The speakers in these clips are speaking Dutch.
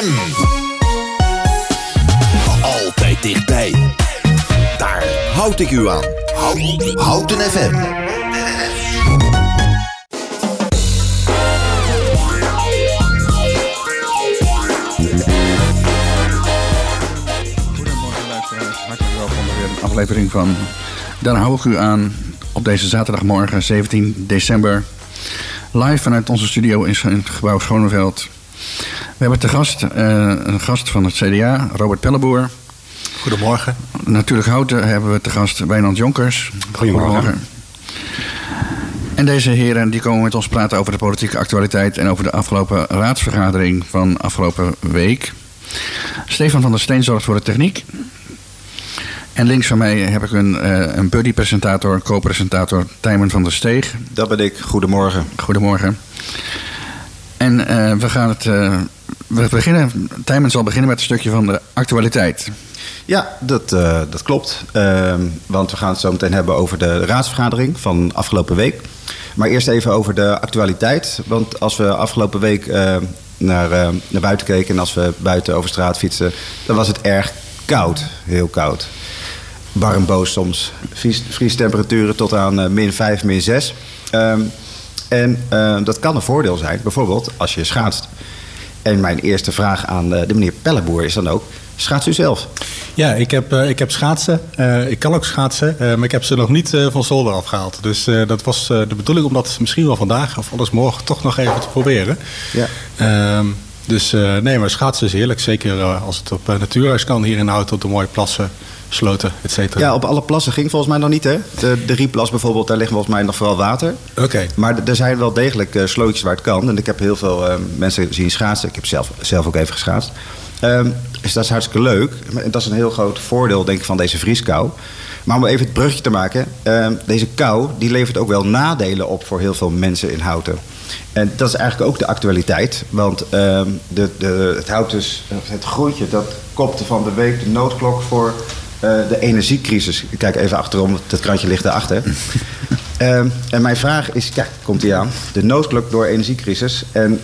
FM. Altijd dichtbij. Daar houd ik u aan. Houten FM. Hartelijk welkom bij weer een aflevering van Daar hou ik u aan op deze zaterdagmorgen 17 december. Live vanuit onze studio in het gebouw Schoneveld. We hebben te gast een gast van het CDA, Robert Pelleboer. Goedemorgen. Natuurlijk Houten hebben we te gast Wijnand Jonkers. Goedemorgen. En deze heren die komen met ons praten over de politieke actualiteit en over de afgelopen raadsvergadering van afgelopen week. Stefan van der Steen zorgt voor de techniek. En links van mij heb ik een buddy-presentator, co-presentator, Tijmen van der Steeg. Dat ben ik. Goedemorgen. Goedemorgen. En we gaan Tijmen zal beginnen met een stukje van de actualiteit. Ja, dat klopt. Want we gaan het zo meteen hebben over de raadsvergadering van afgelopen week. Maar eerst even over de actualiteit. Want als we afgelopen week naar buiten keken en als we buiten over straat fietsen, dan was het erg koud. Heel koud. Bar en boos soms. Vriestemperaturen tot aan -5, -6. En dat kan een voordeel zijn, bijvoorbeeld als je schaatst. En mijn eerste vraag aan de meneer Pelleboer is dan ook: schaatst u zelf? Ja, ik heb schaatsen. Ik kan ook schaatsen, maar ik heb ze nog niet van zolder afgehaald. Dus dat was de bedoeling om dat misschien wel vandaag of anders morgen toch nog even te proberen. Ja. Nee, maar schaatsen is heerlijk. Zeker als het op natuurhuis kan hier in Houten, op de mooie plassen, sloten, et cetera. Ja, op alle plassen ging volgens mij nog niet, hè? De Rieplas bijvoorbeeld, daar ligt volgens mij nog vooral water. Oké. Maar er zijn wel degelijk slootjes waar het kan. En ik heb heel veel mensen zien schaatsen. Ik heb zelf ook even geschaatst. Dus dat is hartstikke leuk. En dat is een heel groot voordeel, denk ik, van deze vrieskou. Maar om even het bruggetje te maken. Deze kou, die levert ook wel nadelen op voor heel veel mensen in Houten. En dat is eigenlijk ook de actualiteit. Want het het groentje, dat kopte van de week de noodklok voor de energiecrisis. Ik kijk even achterom, dat krantje ligt daarachter. En mijn vraag is, kijk, komt die aan. De noodklok door energiecrisis. En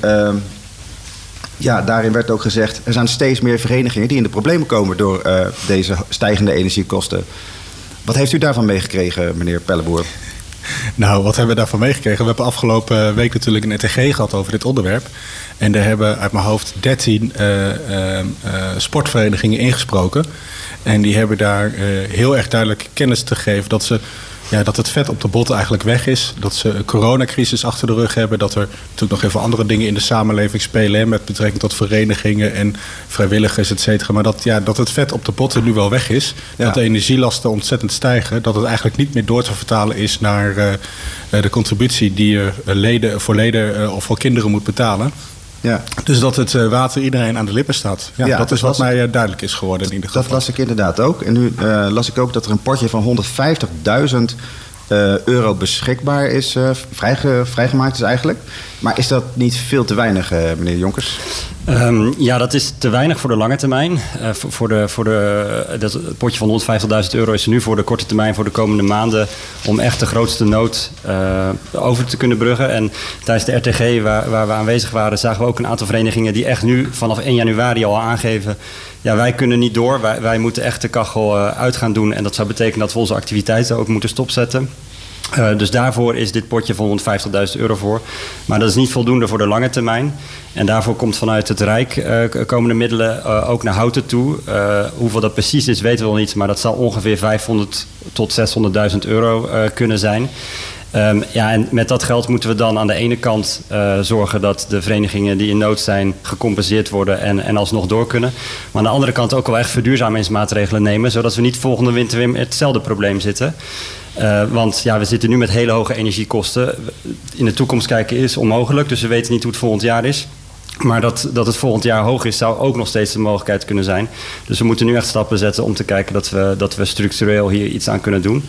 daarin werd ook gezegd, er zijn steeds meer verenigingen die in de problemen komen door deze stijgende energiekosten. Wat heeft u daarvan meegekregen, meneer Pelleboer? Nou, wat hebben we daarvan meegekregen? We hebben afgelopen week natuurlijk een ETG gehad over dit onderwerp. En daar hebben uit mijn hoofd 13 sportverenigingen ingesproken. En die hebben daar heel erg duidelijk kennis te geven dat het vet op de botten eigenlijk weg is. Dat ze een coronacrisis achter de rug hebben. Dat er natuurlijk nog even andere dingen in de samenleving spelen. Hè, met betrekking tot verenigingen en vrijwilligers, et cetera. Maar dat het vet op de botten nu wel weg is. Ja. Dat de energielasten ontzettend stijgen. Dat het eigenlijk niet meer door te vertalen is naar de contributie die je voor leden of voor kinderen moet betalen. Ja. Dus dat het water iedereen aan de lippen staat. Ja, dat is wat mij duidelijk is geworden in ieder geval. Dat las ik inderdaad ook. En nu las ik ook dat er een potje van €150.000 euro beschikbaar is, vrijgemaakt is eigenlijk. Maar is dat niet veel te weinig, meneer Jonkers? Ja, dat is te weinig voor de lange termijn. Het potje van €150.000 euro is er nu voor de korte termijn, voor de komende maanden, om echt de grootste nood over te kunnen bruggen. En tijdens de RTG waar we aanwezig waren, zagen we ook een aantal verenigingen die echt nu vanaf 1 januari al aangeven: ja, wij kunnen niet door, wij moeten echt de kachel uit gaan doen. En dat zou betekenen dat we onze activiteiten ook moeten stopzetten. Dus daarvoor is dit potje van €150.000 euro voor. Maar dat is niet voldoende voor de lange termijn. En daarvoor komt vanuit het Rijk komende middelen ook naar Houten toe. Hoeveel dat precies is, weten we nog niet. Maar dat zal ongeveer 500 tot 600.000 euro kunnen zijn. En met dat geld moeten we dan aan de ene kant zorgen dat de verenigingen die in nood zijn gecompenseerd worden en alsnog door kunnen. Maar aan de andere kant ook wel echt verduurzamingsmaatregelen nemen, zodat we niet volgende winter weer met hetzelfde probleem zitten. Want we zitten nu met hele hoge energiekosten. In de toekomst kijken is onmogelijk, dus we weten niet hoe het volgend jaar is. Maar dat het volgend jaar hoog is, zou ook nog steeds de mogelijkheid kunnen zijn. Dus we moeten nu echt stappen zetten om te kijken dat we structureel hier iets aan kunnen doen.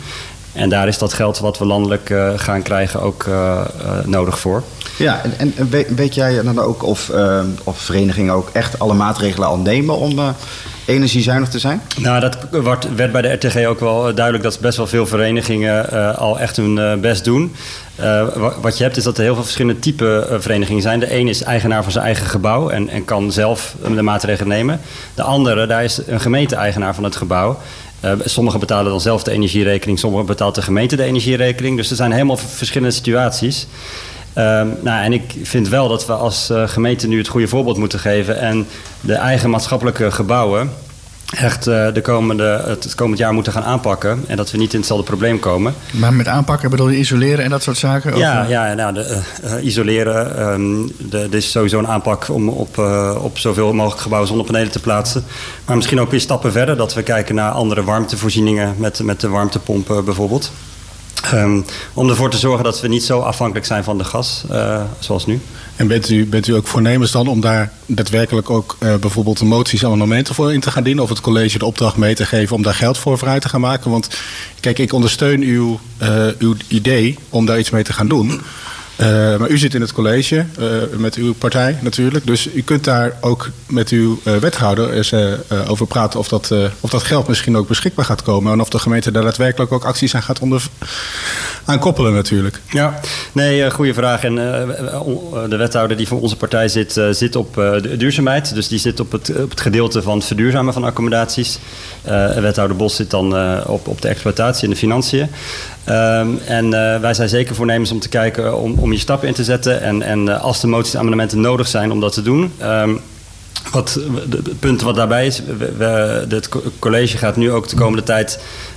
En daar is dat geld wat we landelijk gaan krijgen ook nodig voor. Ja, en weet jij dan ook of verenigingen ook echt alle maatregelen al nemen om energiezuinig te zijn? Nou, dat werd bij de RTG ook wel duidelijk dat best wel veel verenigingen al echt hun best doen. Wat je hebt is dat er heel veel verschillende type verenigingen zijn. De een is eigenaar van zijn eigen gebouw en kan zelf de maatregelen nemen. De andere, daar is een gemeente-eigenaar van het gebouw. Sommigen betalen dan zelf de energierekening, sommigen betaalt de gemeente de energierekening. Dus er zijn helemaal verschillende situaties. En ik vind wel dat we als gemeente nu het goede voorbeeld moeten geven en de eigen maatschappelijke gebouwen echt het komend jaar moeten gaan aanpakken en dat we niet in hetzelfde probleem komen. Maar met aanpakken bedoel je isoleren en dat soort zaken? Isoleren. Er is sowieso een aanpak om op zoveel mogelijk gebouwen zonnepanelen te plaatsen. Maar misschien ook weer stappen verder, dat we kijken naar andere warmtevoorzieningen met de warmtepomp bijvoorbeeld. Om ervoor te zorgen dat we niet zo afhankelijk zijn van de gas, zoals nu. En bent u ook voornemens dan om daar daadwerkelijk ook bijvoorbeeld de moties amendementen voor in te gaan dienen? Of het college de opdracht mee te geven om daar geld voor vrij te gaan maken? Want kijk, ik ondersteun uw idee om daar iets mee te gaan doen. Maar u zit in het college met uw partij natuurlijk. Dus u kunt daar ook met uw wethouder eens over praten of dat geld misschien ook beschikbaar gaat komen. En of de gemeente daar daadwerkelijk ook acties aan gaat aan koppelen natuurlijk. Ja, nee, goede vraag. En de wethouder die voor onze partij zit op de duurzaamheid. Dus die zit op het gedeelte van het verduurzamen van accommodaties. Wethouder Bos zit dan op de exploitatie en de financiën. Wij zijn zeker voornemens om te kijken om je stappen in te zetten. En als de moties en amendementen nodig zijn om dat te doen. Het punt wat daarbij is, het college gaat nu ook de komende tijd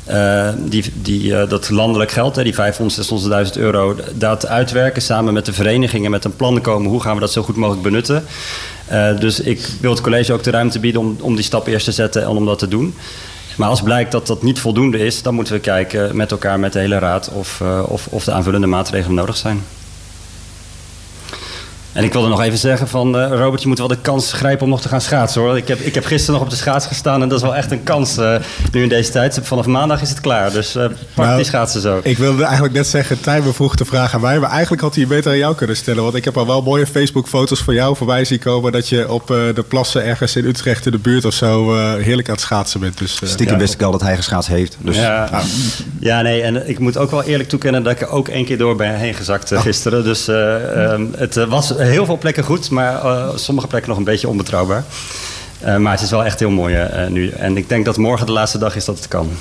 dat landelijk geld, die 500.000, 600.000 euro, dat uitwerken samen met de verenigingen, met een plan komen hoe gaan we dat zo goed mogelijk benutten. Dus ik wil het college ook de ruimte bieden om die stap eerst te zetten en om dat te doen. Maar als blijkt dat dat niet voldoende is, dan moeten we kijken met elkaar, met de hele raad, of de aanvullende maatregelen nodig zijn. En ik wilde nog even zeggen van Robert, je moet wel de kans grijpen om nog te gaan schaatsen hoor. Ik heb gisteren nog op de schaats gestaan en dat is wel echt een kans nu in deze tijd. Vanaf maandag is het klaar, dus pak die schaatsen zo. Ik wilde eigenlijk net zeggen, Tijmen vroeg de vraag aan mij, maar eigenlijk had hij beter aan jou kunnen stellen. Want ik heb al wel mooie Facebook-foto's van jou voorbij zien komen dat je op de plassen ergens in Utrecht in de buurt of zo heerlijk aan het schaatsen bent. Dus, stiekem wist ik al dat hij geschaatst heeft. Dus. Nee, en ik moet ook wel eerlijk toekennen dat ik er ook 1 keer door ben heen gezakt gisteren. Dus het was heel veel plekken goed, maar sommige plekken nog een beetje onbetrouwbaar. Maar het is wel echt heel mooi nu. En ik denk dat morgen de laatste dag is dat het kan.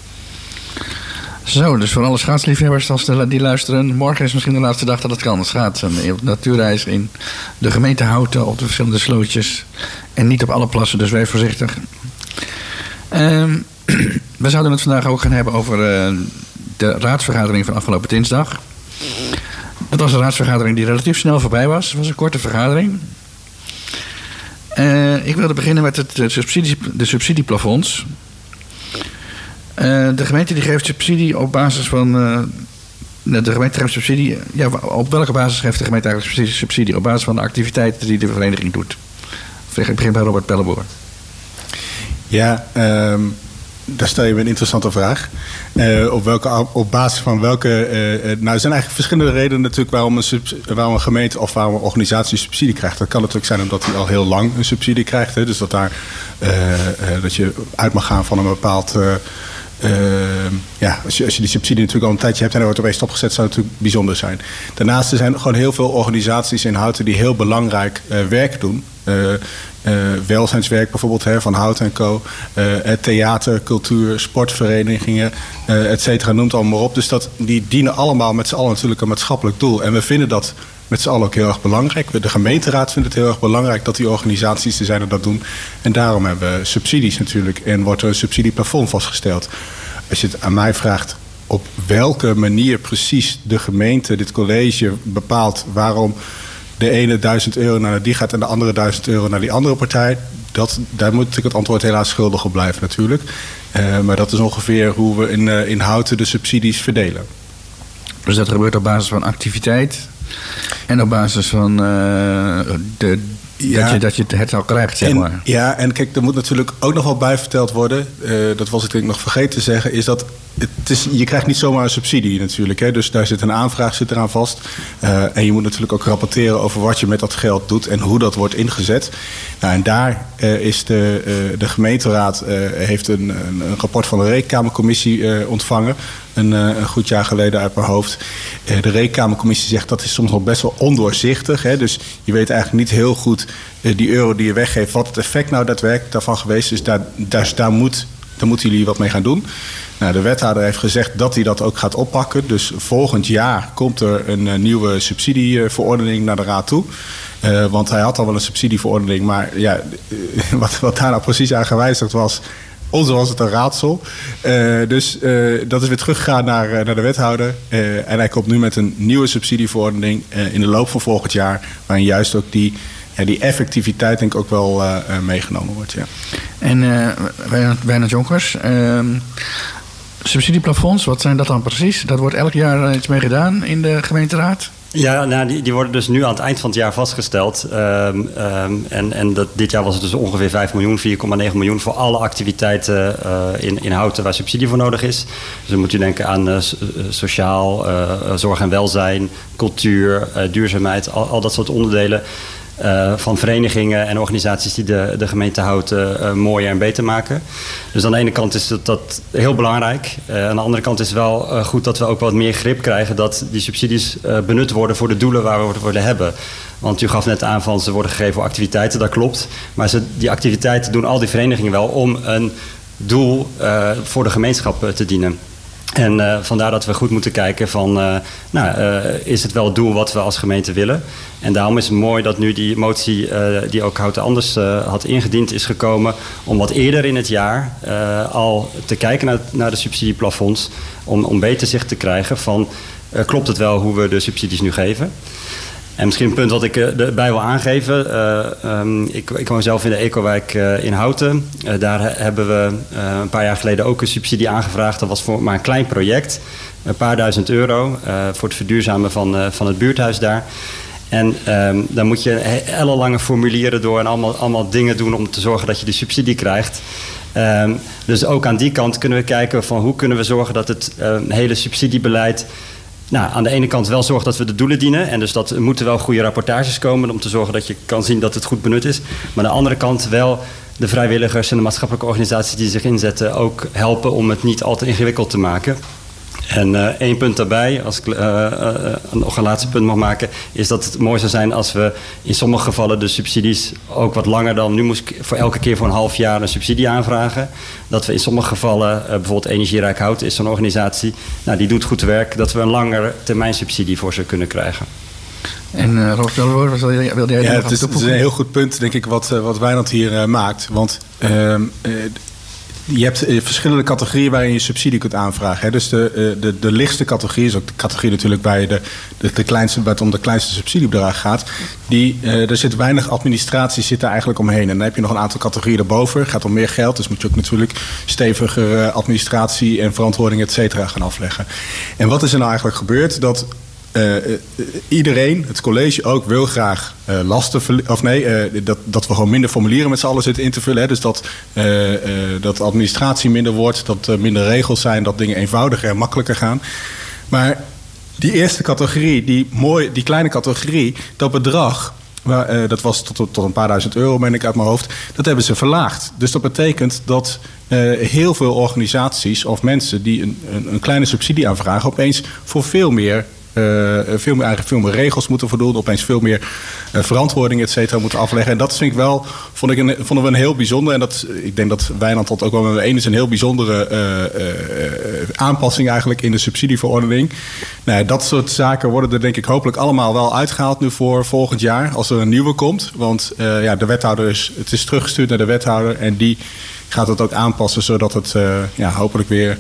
Zo, dus voor alle schaatsliefhebbers die luisteren, morgen is misschien de laatste dag dat het kan. Schaatsen op natuurreis in de gemeente Houten, op de verschillende slootjes. En niet op alle plassen, dus wees voorzichtig. We zouden het vandaag ook gaan hebben over de raadsvergadering van afgelopen dinsdag. Dat was een raadsvergadering die relatief snel voorbij was. Het was een korte vergadering. Ik wilde beginnen met de subsidieplafonds. De gemeente die geeft subsidie op basis van... de gemeente geeft subsidie... Ja, op welke basis geeft de gemeente eigenlijk subsidie? Op basis van de activiteiten die de vereniging doet. Ik begin bij Robert Pelleboer. Ja, daar stel je me een interessante vraag. Op basis van welke... er zijn eigenlijk verschillende redenen natuurlijk waarom een gemeente of waarom een organisatie subsidie krijgt. Dat kan natuurlijk zijn omdat hij al heel lang een subsidie krijgt. Hè, dus dat je uit mag gaan van een bepaald... als je die subsidie natuurlijk al een tijdje hebt en er wordt opeens opgezet, zou het natuurlijk bijzonder zijn. Daarnaast er zijn gewoon heel veel organisaties in Houten die heel belangrijk werk doen. Welzijnswerk bijvoorbeeld van Houten & Co. Theater, cultuur, sportverenigingen, et cetera, noem het allemaal maar op. Dus die dienen allemaal met z'n allen natuurlijk een maatschappelijk doel. En we vinden dat met z'n allen ook heel erg belangrijk. De gemeenteraad vindt het heel erg belangrijk dat die organisaties er zijn en dat doen. En daarom hebben we subsidies natuurlijk en wordt er een subsidieplafond vastgesteld. Als je het aan mij vraagt op welke manier precies de gemeente, dit college bepaalt waarom de ene 1.000 euro naar die gaat en de andere 1.000 euro naar die andere partij. Daar moet ik het antwoord helaas schuldig op blijven natuurlijk. Maar dat is ongeveer hoe we in Houten de subsidies verdelen. Dus dat gebeurt op basis van activiteit en op basis van de dat je het al krijgt, zeg maar. Ja, en kijk, er moet natuurlijk ook nog wel bij verteld worden. Dat was ik denk nog vergeten te zeggen. Is dat je krijgt niet zomaar een subsidie natuurlijk. Hè? Dus daar zit een aanvraag eraan vast. En je moet natuurlijk ook rapporteren over wat je met dat geld doet en hoe dat wordt ingezet. Nou, en daar is de gemeenteraad heeft een rapport van de Rekenkamercommissie ontvangen. Een goed jaar geleden uit mijn hoofd. De Rekenkamercommissie zegt dat is soms nog best wel ondoorzichtig. Hè? Dus je weet eigenlijk niet heel goed die euro die je weggeeft, wat het effect nou daadwerkelijk daarvan geweest is. Daar moeten jullie wat mee gaan doen. Nou, de wethouder heeft gezegd dat hij dat ook gaat oppakken. Dus volgend jaar komt er een nieuwe subsidieverordening naar de raad toe. Want hij had al wel een subsidieverordening. Maar ja, wat daar nou precies aan gewijzigd was, ons was het een raadsel. Dus dat is weer teruggegaan naar de wethouder. En hij komt nu met een nieuwe subsidieverordening in de loop van volgend jaar. Waarin juist ook die effectiviteit denk ik ook wel meegenomen wordt. Ja. En Wijnand Jonkers, subsidieplafonds, wat zijn dat dan precies? Dat wordt elk jaar iets mee gedaan in de gemeenteraad? Ja, nou, die worden dus nu aan het eind van het jaar vastgesteld. Dit jaar was het dus ongeveer 5 miljoen, 4,9 miljoen voor alle activiteiten in Houten waar subsidie voor nodig is. Dus dan moet u denken aan sociaal, zorg en welzijn, cultuur, duurzaamheid, al dat soort onderdelen. Van verenigingen en organisaties die de gemeente Houten mooier en beter maken. Dus aan de ene kant is dat heel belangrijk. Aan de andere kant is het wel goed dat we ook wat meer grip krijgen dat die subsidies benut worden voor de doelen waar we het willen hebben. Want u gaf net aan van ze worden gegeven voor activiteiten, dat klopt. Maar die activiteiten doen al die verenigingen wel om een doel voor de gemeenschap te dienen. En vandaar dat we goed moeten kijken van, is het wel het doel wat we als gemeente willen? En daarom is het mooi dat nu die motie die ook Houten Anders had ingediend is gekomen om wat eerder in het jaar al te kijken naar de subsidieplafonds. Om beter zicht te krijgen van, klopt het wel hoe we de subsidies nu geven? En misschien een punt wat ik erbij wil aangeven. Ik woon zelf in de Ecowijk in Houten. Daar hebben we een paar jaar geleden ook een subsidie aangevraagd. Dat was voor maar een klein project. Een paar duizend euro voor het verduurzamen van het buurthuis daar. En dan moet je ellenlange formulieren door en allemaal dingen doen om te zorgen dat je die subsidie krijgt. Dus ook aan die kant kunnen we kijken van hoe kunnen we zorgen dat het hele subsidiebeleid aan de ene kant wel zorgt dat we de doelen dienen. En dus dat moeten wel goede rapportages komen om te zorgen dat je kan zien dat het goed benut is. Maar aan de andere kant wel de vrijwilligers en de maatschappelijke organisaties die zich inzetten ook helpen om het niet al te ingewikkeld te maken. En één punt daarbij, als ik nog een laatste punt mag maken, is dat het mooi zou zijn als we in sommige gevallen de subsidies ook wat langer dan nu moest ik voor elke keer voor een half jaar een subsidie aanvragen. Dat we in sommige gevallen, bijvoorbeeld Energierijk Houten is zo'n organisatie, die doet goed werk, dat we een langere termijn subsidie voor ze kunnen krijgen. En Rolf Delvoort, wat wilde jij nog toevoegen? Het is een heel goed punt, denk ik, wat Wijnand hier maakt. Want je hebt verschillende categorieën waarin je subsidie kunt aanvragen. Hè. Dus de lichtste categorie is ook de categorie natuurlijk waar je de kleinste, waar het om de kleinste subsidiebedrag gaat. Er zit weinig administratie zit daar eigenlijk omheen. En dan heb je nog een aantal categorieën erboven. Het gaat om meer geld, dus moet je ook natuurlijk steviger administratie en verantwoording et cetera gaan afleggen. En wat is er nou eigenlijk gebeurd? Dat iedereen, het college ook, wil graag dat we gewoon minder formulieren met z'n allen zitten in te vullen. Hè. Dus dat administratie minder wordt, dat er minder regels zijn, dat dingen eenvoudiger en makkelijker gaan. Maar die eerste categorie, die kleine categorie, dat bedrag, dat was tot een paar duizend euro, meen ik uit mijn hoofd, dat hebben ze verlaagd. Dus dat betekent dat heel veel organisaties of mensen die een kleine subsidie aanvragen opeens voor veel meer regels moeten voldoen, opeens veel meer verantwoording et cetera moeten afleggen. En dat vind ik wel, vonden we een heel bijzonder. En ik denk dat Wijnand dat ook wel met me eens is, een heel bijzondere aanpassing eigenlijk in de subsidieverordening. Nou, dat soort zaken worden er denk ik hopelijk allemaal wel uitgehaald nu voor volgend jaar, als er een nieuwe komt. Want de wethouder het is teruggestuurd naar de wethouder en die gaat het ook aanpassen, zodat het hopelijk weer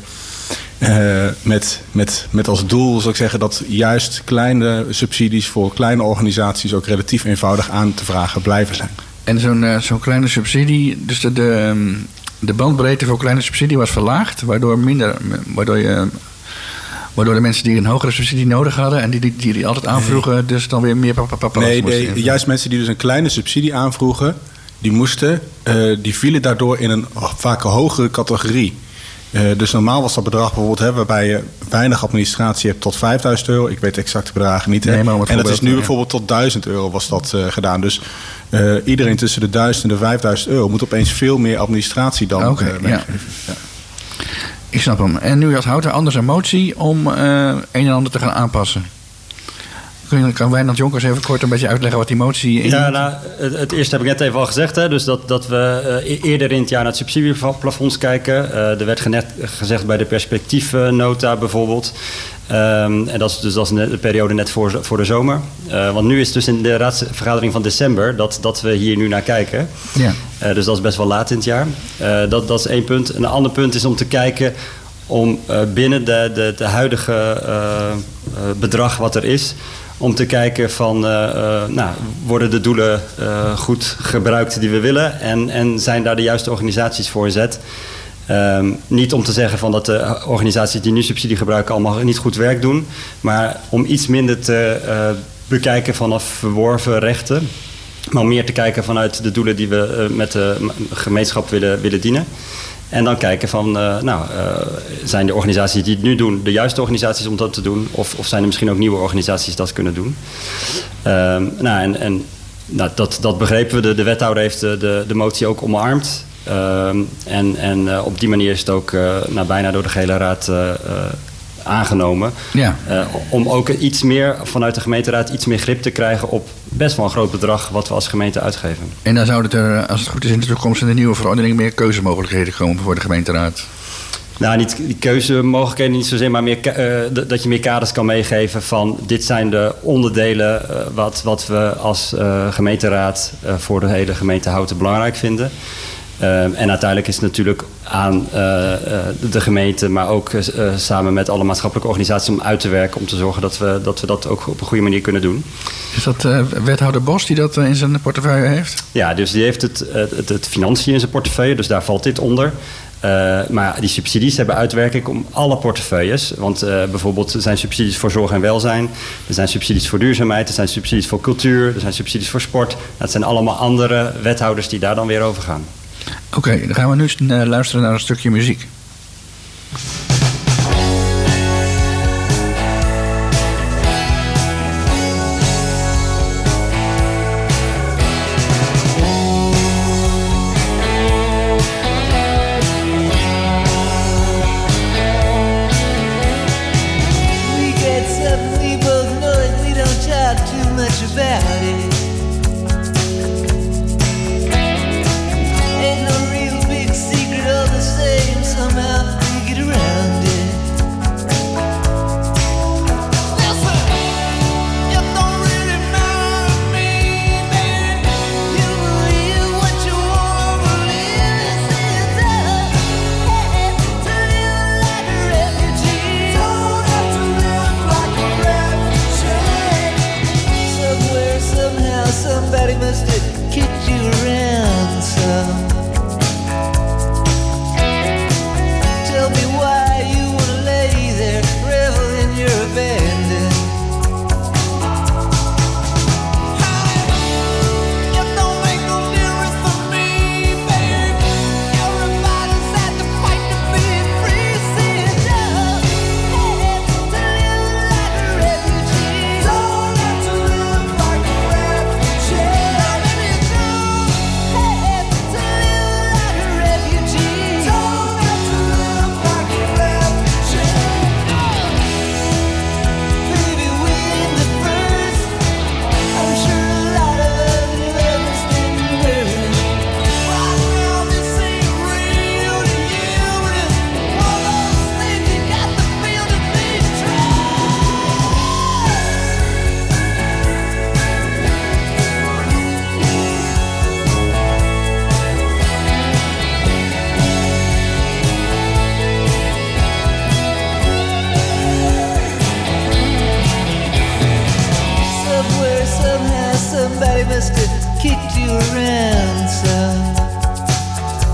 met als doel, zou ik zeggen, dat juist kleine subsidies voor kleine organisaties ook relatief eenvoudig aan te vragen blijven zijn. En zo'n kleine subsidie, dus de bandbreedte voor kleine subsidie was verlaagd, waardoor je Waardoor de mensen die een hogere subsidie nodig hadden en die altijd aanvroegen, dus dan weer meer juist mensen die dus een kleine subsidie aanvroegen, die vielen daardoor in een vaak hogere categorie. Dus normaal was dat bedrag bijvoorbeeld waarbij je weinig administratie hebt tot €5.000. Ik weet de exacte bedragen niet. Nee, en dat is nu bijvoorbeeld tot €1.000 was dat gedaan. Dus iedereen tussen de €1.000 en de €5.000 moet opeens veel meer administratie dan meegeven. Ja. Ik snap hem. En nu had Houten anders een motie om een en ander te gaan aanpassen. Kan Wijnand Jonkers even kort een beetje uitleggen wat die motie is? Ja, nou, het eerste heb ik net even al gezegd. Hè, dus dat we eerder in het jaar naar het subsidieplafonds kijken. Er werd net gezegd bij de perspectiefnota bijvoorbeeld. En dat is de periode net voor de zomer. Want nu is het dus in de raadsvergadering van december dat we hier nu naar kijken. Ja. Dus dat is best wel laat in het jaar. Dat is één punt. Een ander punt is om te kijken om binnen de huidige bedrag wat er is, om te kijken van, worden de doelen goed gebruikt die we willen en zijn daar de juiste organisaties voor gezet. Niet om te zeggen van dat de organisaties die nu subsidie gebruiken allemaal niet goed werk doen, maar om iets minder te bekijken vanaf verworven rechten, maar om meer te kijken vanuit de doelen die we met de gemeenschap willen dienen. En dan kijken van, zijn de organisaties die het nu doen de juiste organisaties om dat te doen? Of zijn er misschien ook nieuwe organisaties die dat kunnen doen? Dat begrepen we. De wethouder heeft de motie ook omarmd. Op die manier is het ook bijna door de gehele raad aangenomen. Ja. Om ook iets meer vanuit de gemeenteraad iets meer grip te krijgen op best wel een groot bedrag wat we als gemeente uitgeven. En dan zouden er, als het goed is in de toekomst in de nieuwe verordening, meer keuzemogelijkheden komen voor de gemeenteraad? Nou, niet die keuzemogelijkheden niet zozeer, maar meer, dat je meer kaders kan meegeven van dit zijn de onderdelen wat we als gemeenteraad voor de hele gemeente Houten belangrijk vinden. En uiteindelijk is het natuurlijk aan de gemeente, maar ook samen met alle maatschappelijke organisaties om uit te werken, om te zorgen dat we dat ook op een goede manier kunnen doen. Is dat wethouder Bos die dat in zijn portefeuille heeft? Ja, dus die heeft het financiën in zijn portefeuille, dus daar valt dit onder. Maar die subsidies hebben uitwerking om alle portefeuilles. Want bijvoorbeeld er zijn subsidies voor zorg en welzijn. Er zijn subsidies voor duurzaamheid. Er zijn subsidies voor cultuur. Er zijn subsidies voor sport. Dat zijn allemaal andere wethouders die daar dan weer over gaan. Oké, dan gaan we nu luisteren naar een stukje muziek.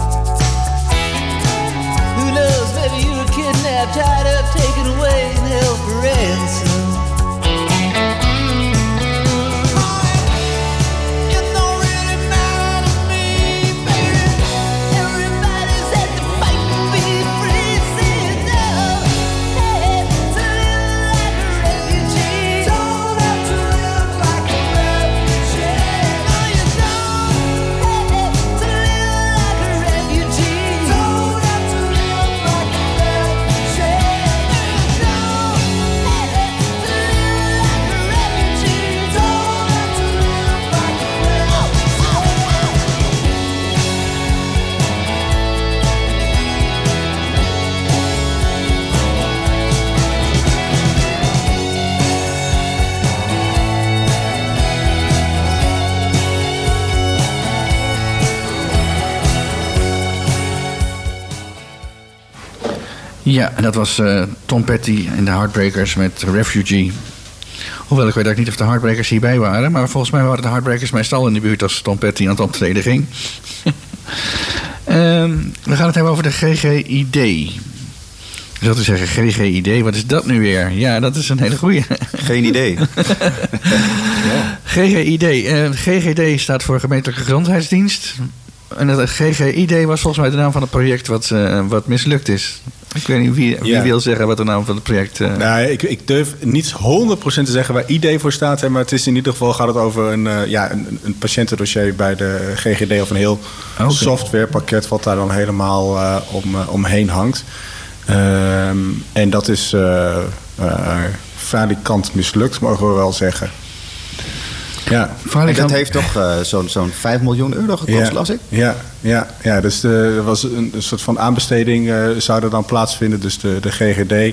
Tied up, taken away, and held Ja, en dat was Tom Petty en de Heartbreakers met Refugee. Hoewel ik weet ook niet of de Heartbreakers hierbij waren. Maar volgens mij waren de Heartbreakers meestal in de buurt als Tom Petty aan het optreden ging. We gaan het hebben over de GGID. Ik zou te zeggen, GGID, wat is dat nu weer? Ja, dat is een hele goeie. Geen idee. GGID. GGD staat voor Gemeentelijke Gezondheidsdienst. En het GGID was volgens mij de naam van het project wat mislukt is. Ik weet niet wie wil zeggen wat de naam van het project... Nou, ik durf niet 100% te zeggen waar ID voor staat. Hè, maar het is in ieder geval gaat het over een patiëntendossier bij de GGD... of een heel softwarepakket wat daar dan helemaal omheen hangt. En dat is falikant mislukt, mogen we wel zeggen. Ja. En dat heeft toch zo'n 5 miljoen euro gekost, las ik? Ja, dus er was een soort van aanbesteding zou er dan plaatsvinden. Dus de GGD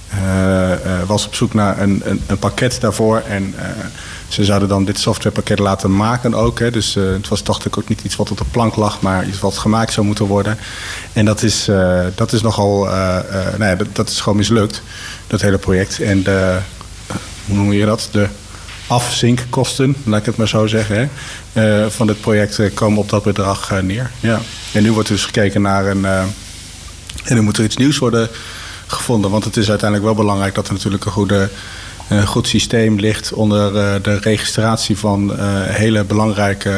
was op zoek naar een pakket daarvoor. En ze zouden dan dit softwarepakket laten maken ook. Hè. Dus het was dacht ik ook niet iets wat op de plank lag, maar iets wat gemaakt zou moeten worden. En dat is nogal, dat is gewoon mislukt, dat hele project. En hoe noem je dat? De afzinkkosten, laat ik het maar zo zeggen, hè, van dit project komen op dat bedrag neer. Ja. En nu wordt dus gekeken naar en nu moet er iets nieuws worden gevonden. Want het is uiteindelijk wel belangrijk dat er natuurlijk een goed systeem ligt onder de registratie van hele belangrijke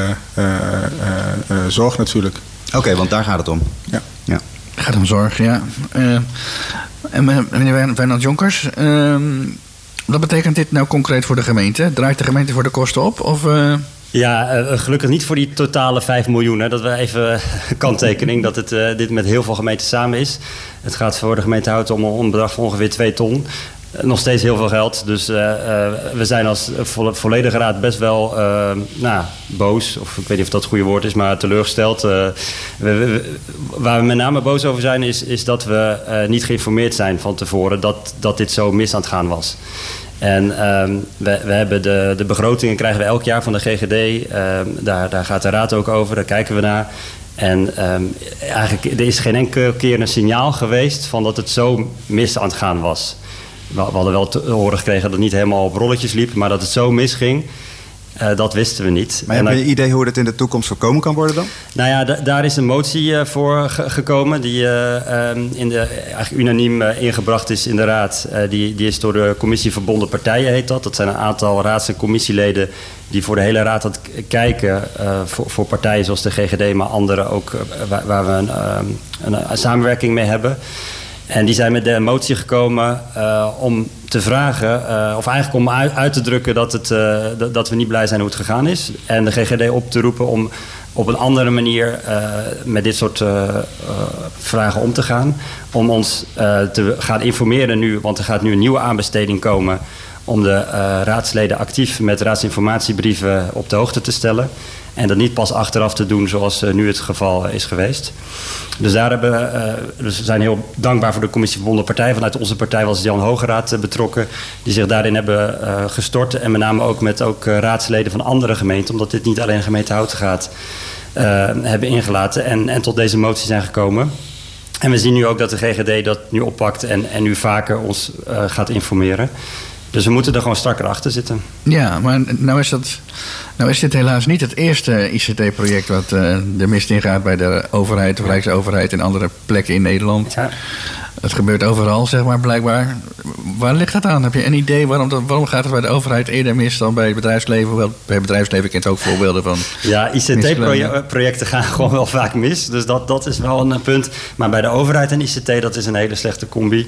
zorg natuurlijk. Oké, want daar gaat het om. Ja. Het gaat om zorg, ja. En meneer Wijnand Jonkers, wat betekent dit nou concreet voor de gemeente? Draait de gemeente voor de kosten op? Of, Ja, gelukkig niet voor die totale 5 miljoen. Hè. Dat we even kanttekening dat dit met heel veel gemeenten samen is. Het gaat voor de gemeente Houten om een bedrag van ongeveer 2 ton. Nog steeds heel veel geld. Dus we zijn als volledige raad best wel boos. Of ik weet niet of dat het goede woord is, maar teleurgesteld. Waar we met name boos over zijn is dat we niet geïnformeerd zijn van tevoren dat dit zo mis aan het gaan was. En we hebben de begrotingen krijgen we elk jaar van de GGD. Daar gaat de raad ook over, daar kijken we naar. En eigenlijk er is geen enkele keer een signaal geweest van dat het zo mis aan het gaan was. We hadden wel te horen gekregen dat het niet helemaal op rolletjes liep, maar dat het zo misging, dat wisten we niet. Maar heb je een idee hoe dat in de toekomst voorkomen kan worden dan? Nou ja, daar is een motie voor gekomen die eigenlijk unaniem ingebracht is in de raad. Die is door de commissie Verbonden Partijen, heet dat. Dat zijn een aantal raads- en commissieleden die voor de hele raad aan het kijken voor partijen zoals de GGD, maar andere ook waar we een samenwerking mee hebben. En die zijn met de motie gekomen om te vragen, of eigenlijk om uit te drukken dat we niet blij zijn hoe het gegaan is. En de GGD op te roepen om op een andere manier met dit soort vragen om te gaan. Om ons te gaan informeren nu, want er gaat nu een nieuwe aanbesteding komen om de raadsleden actief met raadsinformatiebrieven op de hoogte te stellen. En dat niet pas achteraf te doen zoals nu het geval is geweest. Dus daar we zijn heel dankbaar voor de commissie Verbonden Partijen. Vanuit onze partij was Jan Hogeraad betrokken. Die zich daarin hebben gestort. En met name ook met raadsleden van andere gemeenten. Omdat dit niet alleen gemeente Houten gaat. Hebben ingelaten. En tot deze motie zijn gekomen. En we zien nu ook dat de GGD dat nu oppakt. En nu vaker ons gaat informeren. Dus we moeten er gewoon strakker achter zitten. Ja, maar nou is dit helaas niet het eerste ICT-project wat de mist ingaat bij de overheid, de Rijksoverheid en andere plekken in Nederland. Ja. Het gebeurt overal, zeg maar, blijkbaar. Waar ligt dat aan? Heb je een idee waarom gaat het bij de overheid eerder mis dan bij het bedrijfsleven? Hoewel bij het bedrijfsleven kent ook voorbeelden van... Ja, ICT-projecten gaan gewoon wel vaak mis. Dus dat is wel een punt. Maar bij de overheid en ICT, dat is een hele slechte combi.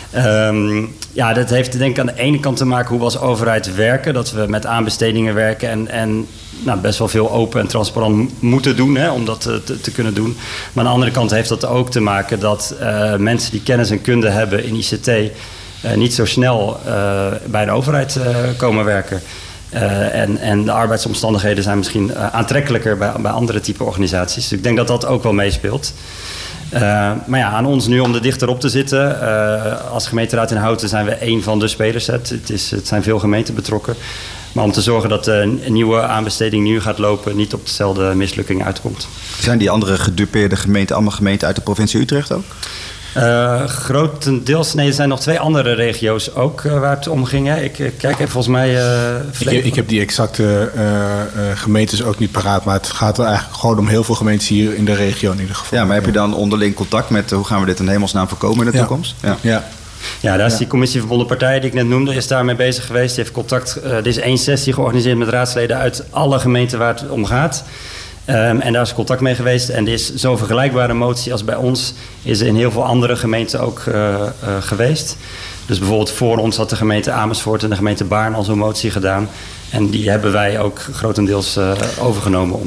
Dat heeft denk ik aan de ene kant te maken hoe we als overheid werken. Dat we met aanbestedingen werken en best wel veel open en transparant moeten doen, hè, om dat te kunnen doen. Maar aan de andere kant heeft dat ook te maken dat mensen die kennis en kunde hebben in ICT niet zo snel bij de overheid komen werken. En de arbeidsomstandigheden zijn misschien aantrekkelijker bij andere type organisaties. Dus ik denk dat dat ook wel meespeelt. Maar ja, aan ons nu om er dichterop te zitten. Als gemeenteraad in Houten zijn we één van de spelers. Het zijn veel gemeenten betrokken. Maar om te zorgen dat een nieuwe aanbesteding nu gaat lopen, niet op dezelfde mislukking uitkomt. Zijn die andere gedupeerde gemeenten allemaal gemeenten uit de provincie Utrecht ook? Grotendeels. Nee, er zijn nog 2 andere regio's ook waar het om ging. Hè. Ik kijk even, volgens mij... Ik heb die exacte gemeentes ook niet paraat. Maar het gaat er eigenlijk gewoon om heel veel gemeentes hier in de regio in ieder geval. Ja, maar heb je dan onderling contact met hoe gaan we dit in hemelsnaam voorkomen in de toekomst? Ja. Ja, daar is die commissie Verbonden Partijen die ik net noemde, is daarmee bezig geweest. Die heeft contact. Er is 1 sessie georganiseerd met raadsleden uit alle gemeenten waar het om gaat. En daar is contact mee geweest. En er is zo'n vergelijkbare motie als bij ons is er in heel veel andere gemeenten ook geweest. Dus bijvoorbeeld voor ons had de gemeente Amersfoort en de gemeente Baarn al zo'n motie gedaan. En die hebben wij ook grotendeels overgenomen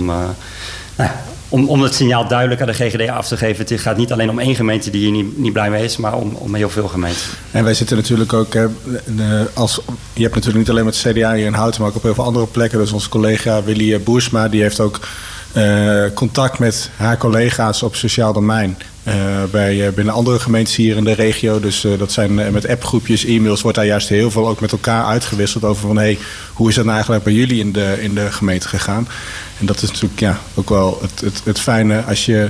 om het signaal duidelijk aan de GGD af te geven. Het gaat niet alleen om 1 gemeente die hier niet blij mee is, maar om heel veel gemeenten. En wij zitten natuurlijk ook, je hebt natuurlijk niet alleen met het CDA hier in Houten, maar ook op heel veel andere plekken. Dus onze collega Willy Boersma, die heeft ook contact met haar collega's op sociaal domein. Binnen andere gemeentes hier in de regio. Dus dat zijn met appgroepjes, e-mails, wordt daar juist heel veel ook met elkaar uitgewisseld over van hoe is dat nou eigenlijk bij jullie in de gemeente gegaan? En dat is natuurlijk ook wel het fijne als je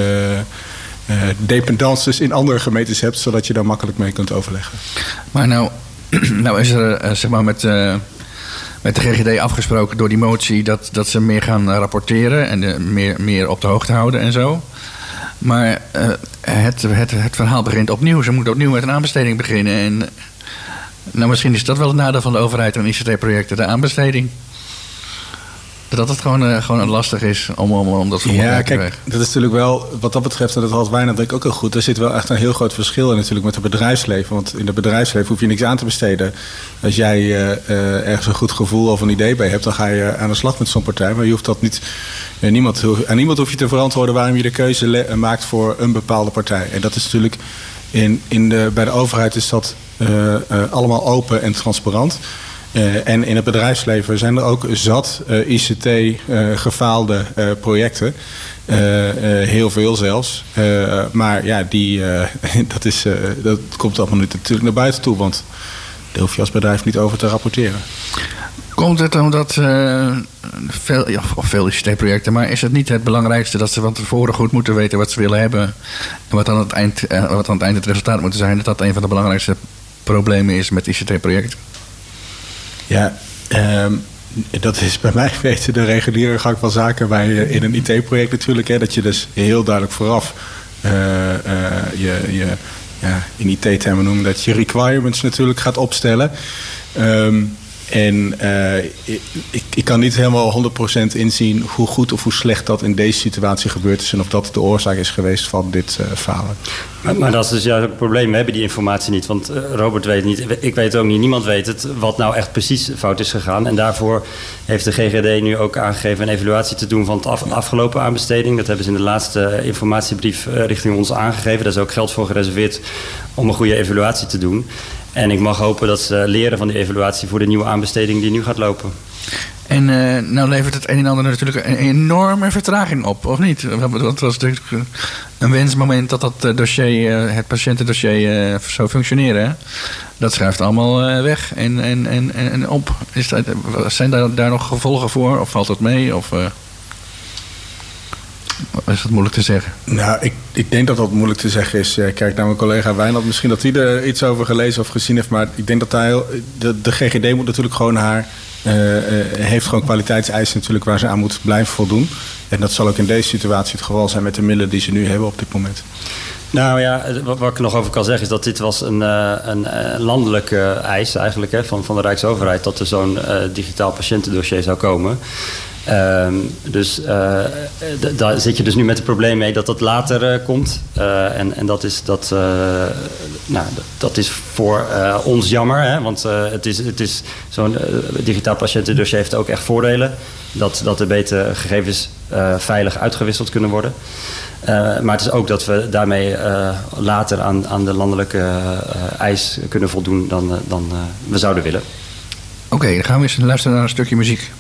dependances in andere gemeentes hebt, zodat je daar makkelijk mee kunt overleggen. Maar nou is er zeg maar met de GGD afgesproken door die motie dat ze meer gaan rapporteren en meer op de hoogte houden en zo. Maar het verhaal begint opnieuw. Ze moeten opnieuw met een aanbesteding beginnen. En misschien is dat wel het nadeel van de overheid en ICT-projecten, de aanbesteding. Dat het gewoon lastig is om dat voor elkaar te krijgen. Dat is natuurlijk wel, wat dat betreft, en dat had Wijnand denk ik ook heel goed. Er zit wel echt een heel groot verschil in natuurlijk met het bedrijfsleven. Want in het bedrijfsleven hoef je niks aan te besteden. Als jij ergens een goed gevoel of een idee bij hebt, dan ga je aan de slag met zo'n partij. Maar je hoeft dat niet. Aan niemand hoef je te verantwoorden waarom je de keuze maakt voor een bepaalde partij. En dat is natuurlijk bij de overheid is dat allemaal open en transparant. En in het bedrijfsleven zijn er ook zat ICT-gefaalde projecten. Heel veel zelfs. Maar ja, dat komt allemaal niet natuurlijk naar buiten toe. Want daar hoef je als bedrijf niet over te rapporteren. Komt het omdat veel ICT-projecten, maar is het niet het belangrijkste dat ze van tevoren goed moeten weten wat ze willen hebben en wat aan het eind het resultaat moet zijn, dat een van de belangrijkste problemen is met ICT-projecten? Ja, dat is bij mij weten de reguliere gang van zaken in een IT-project natuurlijk. Dat je dus heel duidelijk vooraf in IT-termen noemen dat je requirements natuurlijk gaat opstellen. Ik kan niet helemaal 100% inzien hoe goed of hoe slecht dat in deze situatie gebeurd is en of dat de oorzaak is geweest van dit falen. Maar dat is dus juist ook het probleem. We hebben die informatie niet. Want Robert weet niet, ik weet het ook niet, niemand weet het, wat nou echt precies fout is gegaan. En daarvoor heeft de GGD nu ook aangegeven een evaluatie te doen van het afgelopen aanbesteding. Dat hebben ze in de laatste informatiebrief richting ons aangegeven. Daar is ook geld voor gereserveerd om een goede evaluatie te doen. En ik mag hopen dat ze leren van die evaluatie voor de nieuwe aanbesteding die nu gaat lopen. En nou levert het een en ander natuurlijk een enorme vertraging op, of niet? Want het was natuurlijk een wensmoment dat dossier, het patiëntendossier zou functioneren. Hè? Dat schuift allemaal weg en op. Zijn daar nog gevolgen voor? Of valt dat mee? Of is dat moeilijk te zeggen? Nou, ik denk dat dat moeilijk te zeggen is. Kijk naar mijn collega Wijnand. Misschien dat hij er iets over gelezen of gezien heeft. Maar ik denk dat de GGD moet natuurlijk gewoon heeft gewoon kwaliteitseisen natuurlijk waar ze aan moet blijven voldoen. En dat zal ook in deze situatie het geval zijn met de middelen die ze nu hebben op dit moment. Nou ja, wat ik er nog over kan zeggen is dat dit was een landelijke eis eigenlijk van de Rijksoverheid dat er zo'n digitaal patiëntendossier zou komen. Dus daar zit je dus nu met het probleem mee dat dat later komt. En dat is voor ons jammer. Hè? Want het is zo'n digitaal patiëntendossier heeft ook echt voordelen. Dat er beter gegevens veilig uitgewisseld kunnen worden. Maar het is ook dat we daarmee later aan de landelijke eis kunnen voldoen dan we zouden willen. Oké, dan gaan we eens luisteren naar een stukje muziek.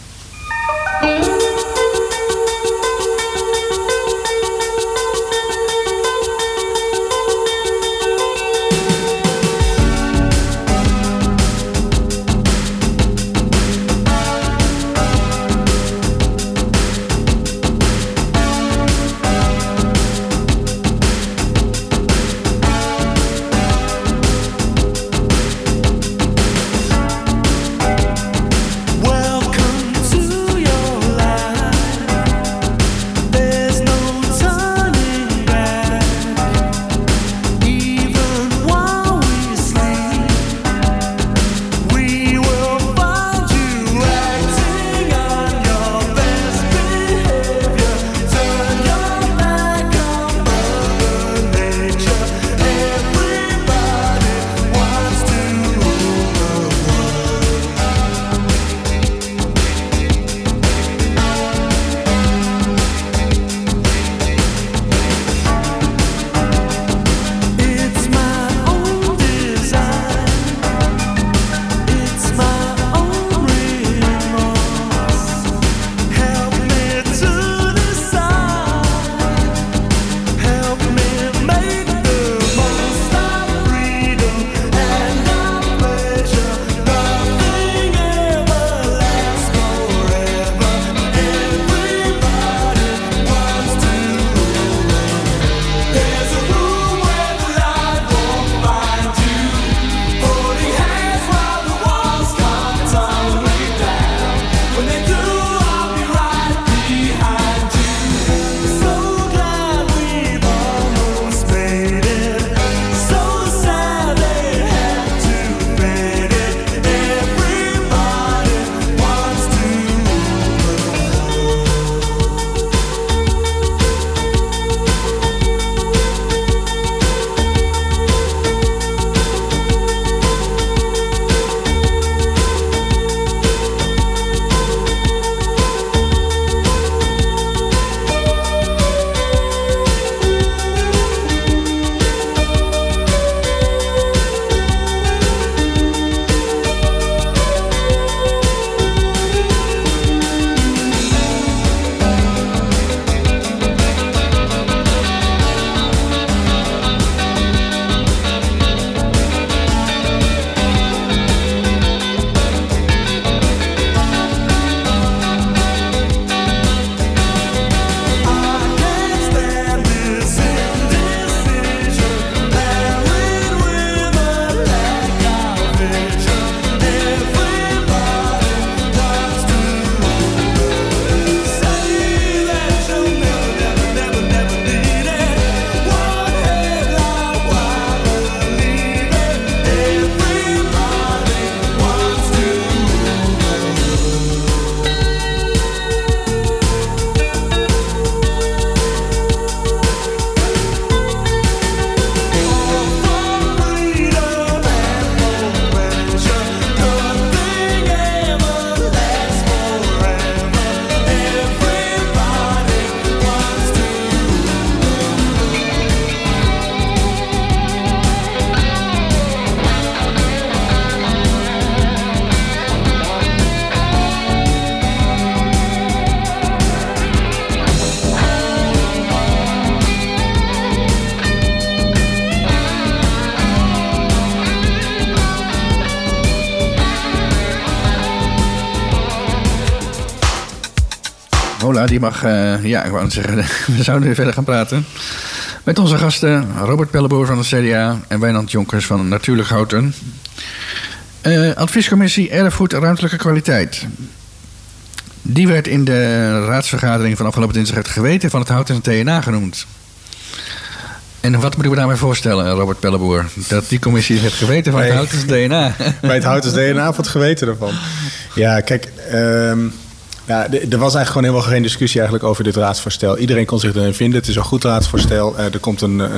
Teguha, die mag, ik wou niet zeggen, we zouden weer verder gaan praten. Met onze gasten Robert Pelleboer van de CDA en Wijnand Jonkers van Natuurlijk Houten. Adviescommissie Erfgoed Ruimtelijke Kwaliteit. Die werd in de raadsvergadering van afgelopen dinsdag het geweten van het Houten TNA genoemd. En wat moeten we daarmee voorstellen, Robert Pelleboer? Dat die commissie het geweten van het Houten DNA. Bij het Houten DNA of het geweten ervan? Ja, kijk, er was eigenlijk gewoon helemaal geen discussie eigenlijk over dit raadsvoorstel. Iedereen kon zich erin vinden. Het is een goed raadsvoorstel. Er komt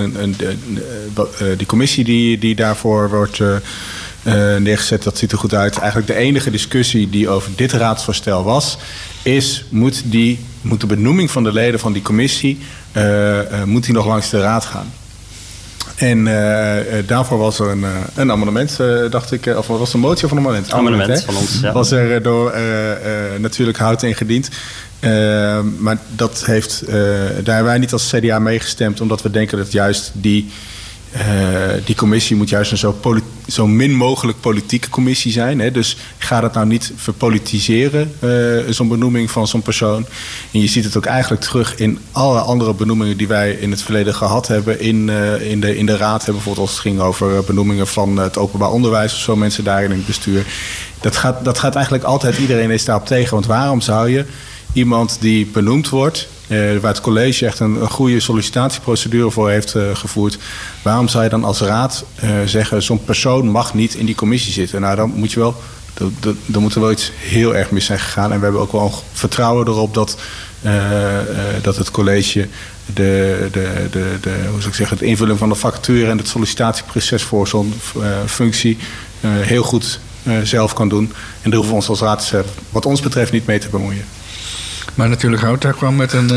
die commissie die daarvoor wordt neergezet, dat ziet er goed uit. Eigenlijk de enige discussie die over dit raadsvoorstel was, is moet de benoeming van de leden van die commissie moet die nog langs de raad gaan. En daarvoor was er een amendement, dacht ik, of was het een motie of een amendement? Amendement van ons, ja. Was er door Natuurlijk Houten ingediend. Maar dat heeft, daar hebben wij niet als CDA meegestemd, omdat we denken dat juist die commissie moet juist een zo min mogelijk politieke commissie zijn. Hè? Dus ga dat nou niet verpolitiseren, zo'n benoeming van zo'n persoon. En je ziet het ook eigenlijk terug in alle andere benoemingen die wij in het verleden gehad hebben in de raad. Bijvoorbeeld als het ging over benoemingen van het openbaar onderwijs of zo, mensen daarin in het bestuur. Dat gaat eigenlijk altijd, iedereen is daarop tegen. Want waarom zou je iemand die benoemd wordt, waar het college echt een goede sollicitatieprocedure voor heeft gevoerd, waarom zou je dan als raad zeggen, zo'n persoon mag niet in die commissie zitten? Nou, dan moet dan moet er wel iets heel erg mis zijn gegaan. En we hebben ook wel vertrouwen erop dat het college hoe zou ik zeggen, het invullen van de vacature en het sollicitatieproces voor zo'n functie heel goed zelf kan doen. En daar hoeven we ons als raad wat ons betreft niet mee te bemoeien. Maar Natuurlijk Houten kwam met een...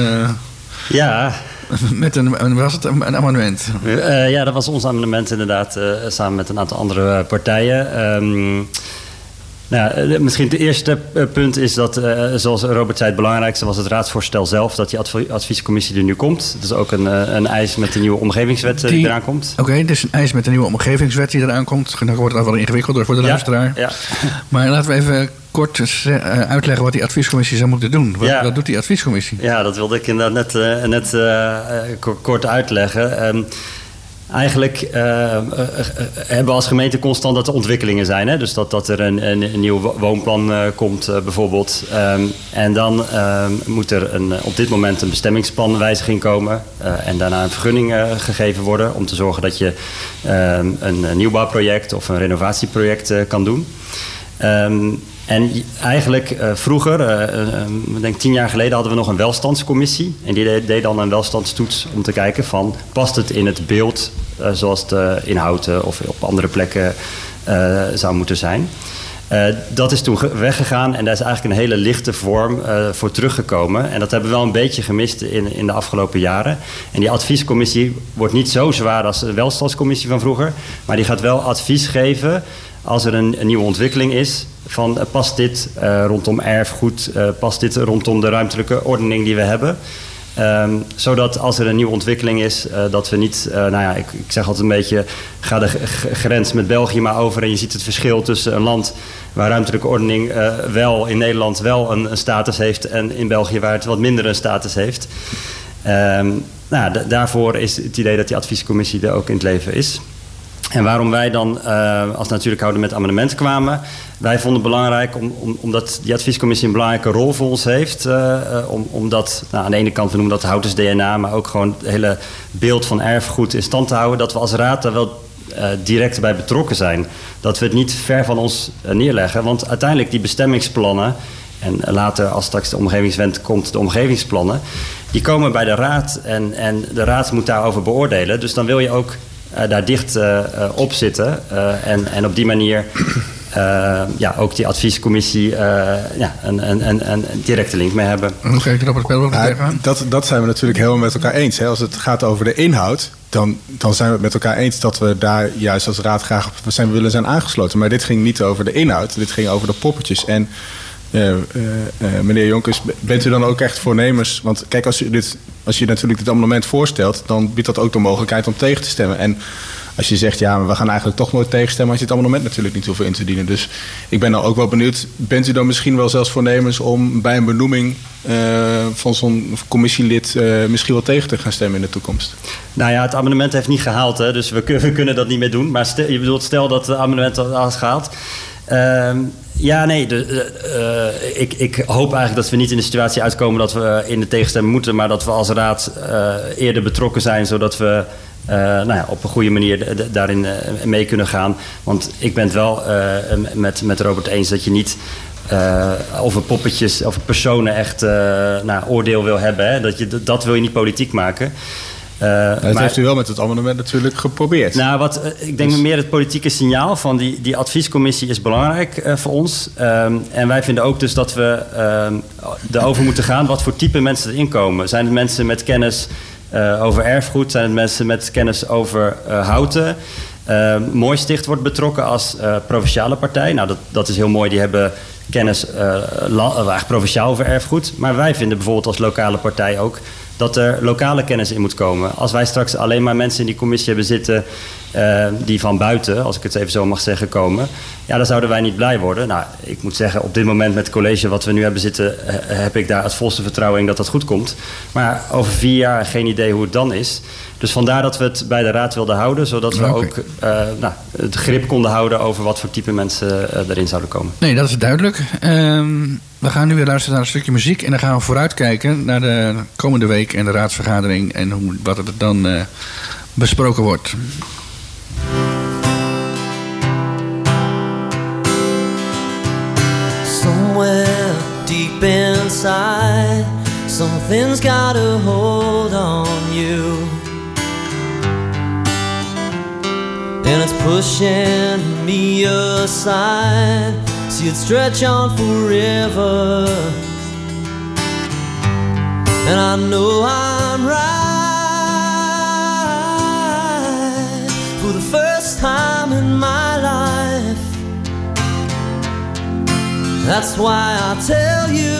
Met een amendement. Ja, dat was ons amendement inderdaad, samen met een aantal andere partijen. Misschien het eerste punt is dat, zoals Robert zei, het belangrijkste was het raadsvoorstel zelf, dat die adviescommissie er nu komt. Het is ook een eis met de nieuwe omgevingswet die eraan komt. Oké, dus een eis met de nieuwe omgevingswet die eraan komt. Dan wordt het al wel ingewikkelder voor de luisteraar. Ja. Maar laten we even kort uitleggen wat die adviescommissie zou moeten doen. Wat doet die adviescommissie? Ja, dat wilde ik inderdaad net kort uitleggen. Eigenlijk hebben we als gemeente constant dat er ontwikkelingen zijn. Hè? Dus dat er een nieuw woonplan komt bijvoorbeeld. En dan moet er op dit moment een bestemmingsplanwijziging komen. En daarna een vergunning gegeven worden om te zorgen dat je een nieuwbouwproject of een renovatieproject kan doen. En eigenlijk vroeger, ik denk 10 jaar geleden, hadden we nog een welstandscommissie. En die deed dan een welstandstoets om te kijken van, past het in het beeld zoals het in Houten of op andere plekken zou moeten zijn. Dat is toen weggegaan en daar is eigenlijk een hele lichte vorm voor teruggekomen. En dat hebben we wel een beetje gemist in de afgelopen jaren. En die adviescommissie wordt niet zo zwaar als de welstandscommissie van vroeger. Maar die gaat wel advies geven als er een nieuwe ontwikkeling is. Van past dit rondom erfgoed, past dit rondom de ruimtelijke ordening die we hebben. Zodat als er een nieuwe ontwikkeling is, dat we niet, ik zeg altijd een beetje, ga de grens met België maar over en je ziet het verschil tussen een land waar ruimtelijke ordening wel in Nederland wel een status heeft en in België waar het wat minder een status heeft. Daarvoor is het idee dat die adviescommissie er ook in het leven is. En waarom wij dan als Natuurlijk Houten met amendementen kwamen. Wij vonden het belangrijk omdat die adviescommissie een belangrijke rol voor ons heeft. Omdat aan de ene kant, we noemen dat Houtens DNA, maar ook gewoon het hele beeld van erfgoed in stand te houden. Dat we als raad daar wel direct bij betrokken zijn. Dat we het niet ver van ons neerleggen. Want uiteindelijk die bestemmingsplannen, en later als straks de omgevingswet komt, de omgevingsplannen, die komen bij de raad en de raad moet daarover beoordelen. Dus dan wil je ook daar dicht op zitten. En op die manier ook die adviescommissie een directe link mee hebben. Hoe kijk je Robert Pelleboer tegenaan? Dat zijn we natuurlijk helemaal met elkaar eens. Hè. Als het gaat over de inhoud, dan zijn we het met elkaar eens dat we daar juist als raad graag willen zijn aangesloten. Maar dit ging niet over de inhoud, dit ging over de poppetjes. En meneer Jonkers, bent u dan ook echt voornemens? Want kijk, als je natuurlijk dit amendement voorstelt, dan biedt dat ook de mogelijkheid om tegen te stemmen. En als je zegt, ja, maar we gaan eigenlijk toch nooit tegenstemmen, had je het amendement natuurlijk niet hoeven in te dienen. Dus ik ben dan ook wel benieuwd, bent u dan misschien wel zelfs voornemens om bij een benoeming van zo'n commissielid misschien wel tegen te gaan stemmen in de toekomst? Nou ja, het amendement heeft niet gehaald, hè, dus we kunnen dat niet meer doen. Maar stel dat het amendement had gehaald. Ik hoop eigenlijk dat we niet in de situatie uitkomen dat we in de tegenstemming moeten, maar dat we als raad eerder betrokken zijn, zodat we op een goede manier daarin mee kunnen gaan. Want ik ben het wel met Robert eens dat je niet over poppetjes, over personen echt oordeel wil hebben. Hè? Dat wil je niet politiek maken. Dat heeft u wel met het amendement natuurlijk geprobeerd. Nou, ik denk meer het politieke signaal van die adviescommissie is belangrijk voor ons. En wij vinden ook dus dat we erover moeten gaan wat voor type mensen erin komen. Zijn het mensen met kennis over erfgoed? Zijn het mensen met kennis over houten? Mooisticht wordt betrokken als provinciale partij. Nou, dat is heel mooi. Die hebben kennis eigenlijk provinciaal over erfgoed. Maar wij vinden bijvoorbeeld als lokale partij ook dat er lokale kennis in moet komen. Als wij straks alleen maar mensen in die commissie hebben zitten die van buiten, als ik het even zo mag zeggen, komen, ja, dan zouden wij niet blij worden. Nou, ik moet zeggen, op dit moment met het college wat we nu hebben zitten, heb ik daar het volste vertrouwen in dat dat goed komt. Maar over 4 jaar geen idee hoe het dan is. Dus vandaar dat we het bij de raad wilden houden, zodat we ook het grip konden houden over wat voor type mensen erin zouden komen. Nee, dat is duidelijk. We gaan nu weer luisteren naar een stukje muziek en dan gaan we vooruitkijken naar de komende week en de raadsvergadering en wat er dan besproken wordt. Somewhere deep inside, something's got a hold on you, and it's pushing me aside. See it stretch on forever, and I know I'm right for the first time in my life. That's why I tell you,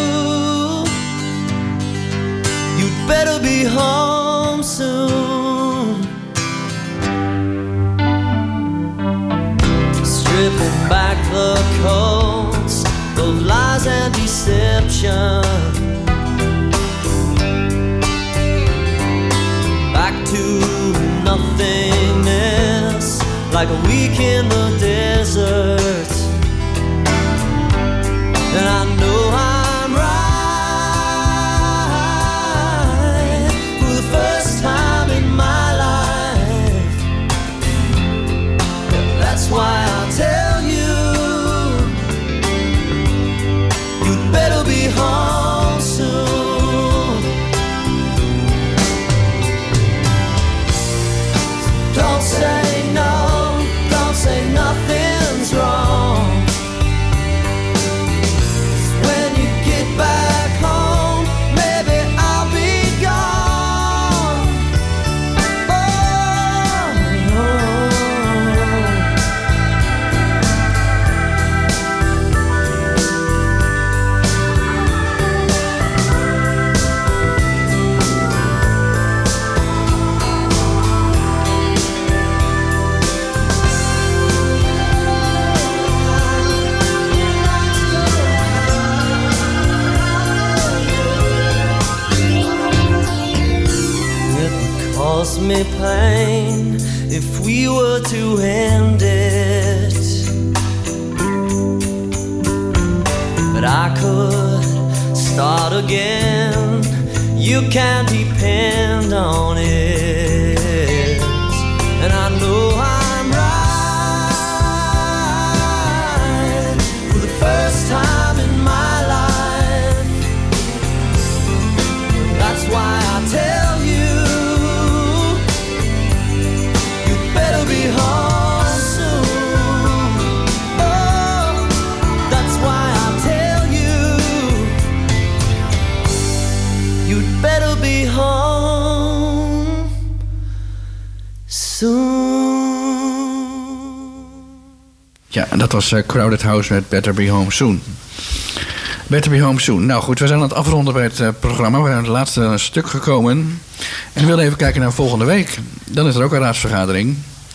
you'd better be home soon. Stripping back the coats of lies and deception, back to nothingness, like a week in the desert. And I know I'm right for the first time in my life. That's why I tell you, you'd better be home soon. Don't say no, don't say nothing's wrong. When you get back home, maybe I'll be gone. It would cause me pain if we were to end it, but I could start again. You can depend on it, and I know I'm right for the first time in my life. That's why I tell you, you'd better be home soon. Oh, that's why I tell you, you'd better be home soon. Ja, en dat was Crowded House met Better Be Home Soon. Better Be Home Soon. Nou goed, we zijn aan het afronden bij het programma. We zijn aan het laatste stuk gekomen. En we willen even kijken naar volgende week. Dan is er ook een raadsvergadering.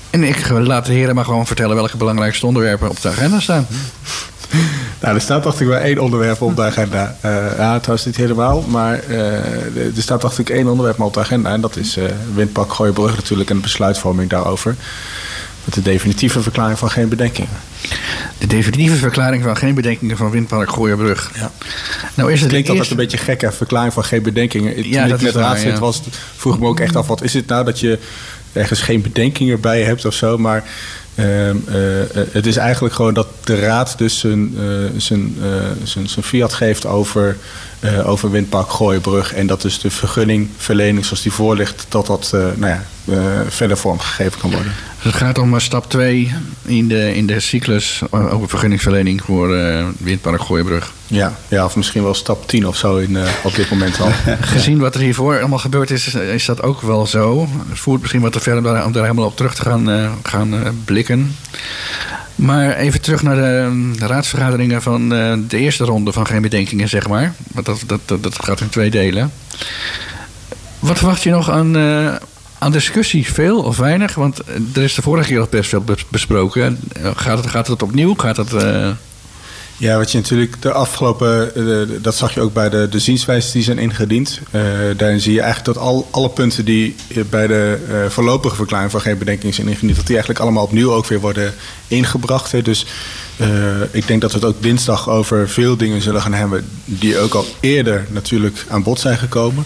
En ik laat de heren maar gewoon vertellen welke belangrijkste onderwerpen op de agenda staan. Nou, er staat dacht ik wel 1 onderwerp op de agenda. Ja, trouwens niet helemaal, maar er staat dacht ik 1 onderwerp maar op de agenda. En dat is windpark Gooienbrug natuurlijk en de besluitvorming daarover. Met de definitieve verklaring van geen bedenkingen. De definitieve verklaring van geen bedenkingen van windpark Gooienbrug. Ja. Nou is het klinkt altijd een beetje gek, hè? Verklaring van geen bedenkingen. Toen ik met raadslid was, vroeg ik me ook echt af, wat is het nou dat je ergens geen bedenkingen bij hebt of zo, maar het is eigenlijk gewoon dat de raad dus zijn fiat geeft over windpark Gooienbrug en dat dus de vergunningverlening zoals die voor ligt, dat verder vormgegeven kan worden. Dus het gaat om stap 2 in de cyclus over vergunningsverlening voor windpark Gooienbrug. Ja, of misschien wel stap 10 of zo op dit moment al. Gezien wat er hiervoor allemaal gebeurd is dat ook wel zo. Het voert misschien wat te ver om daar helemaal op terug te gaan blikken. Maar even terug naar de raadsvergaderingen van de eerste ronde van geen bedenkingen, zeg maar. Want dat gaat in 2 delen. Wat verwacht je nog aan discussie? Veel of weinig? Want er is de vorige keer al best veel besproken. Gaat het opnieuw? Ja, wat je natuurlijk de afgelopen, dat zag je ook bij de zienswijzen die zijn ingediend. Daarin zie je eigenlijk dat alle punten die bij de voorlopige verklaring van geen bedenkingen zijn ingediend, dat die eigenlijk allemaal opnieuw ook weer worden ingebracht. Hè. Dus ik denk dat we het ook dinsdag over veel dingen zullen gaan hebben die ook al eerder natuurlijk aan bod zijn gekomen.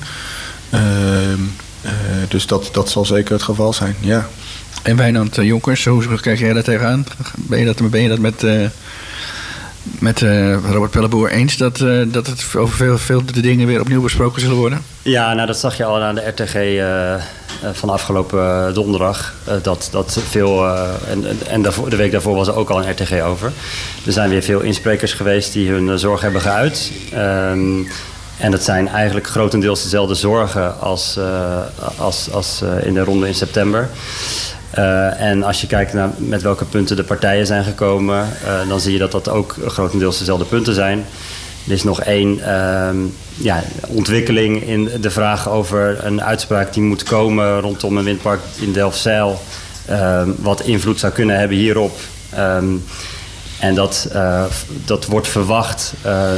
Dus dat zal zeker het geval zijn, ja. En Wijnand Jonkers, hoe kijk jij daar tegenaan? Ben je dat met Robert Pelleboer eens dat het over veel de dingen weer opnieuw besproken zullen worden? Ja, nou dat zag je al aan de RTG van afgelopen donderdag. Dat veel, en de week daarvoor was er ook al een RTG over. Er zijn weer veel insprekers geweest die hun zorg hebben geuit. En dat zijn eigenlijk grotendeels dezelfde zorgen als in de ronde in september. En als je kijkt naar met welke punten de partijen zijn gekomen, dan zie je dat ook grotendeels dezelfde punten zijn. Er is nog 1 ontwikkeling in de vraag over een uitspraak die moet komen rondom een windpark in Delfzijl, wat invloed zou kunnen hebben hierop. En dat wordt verwacht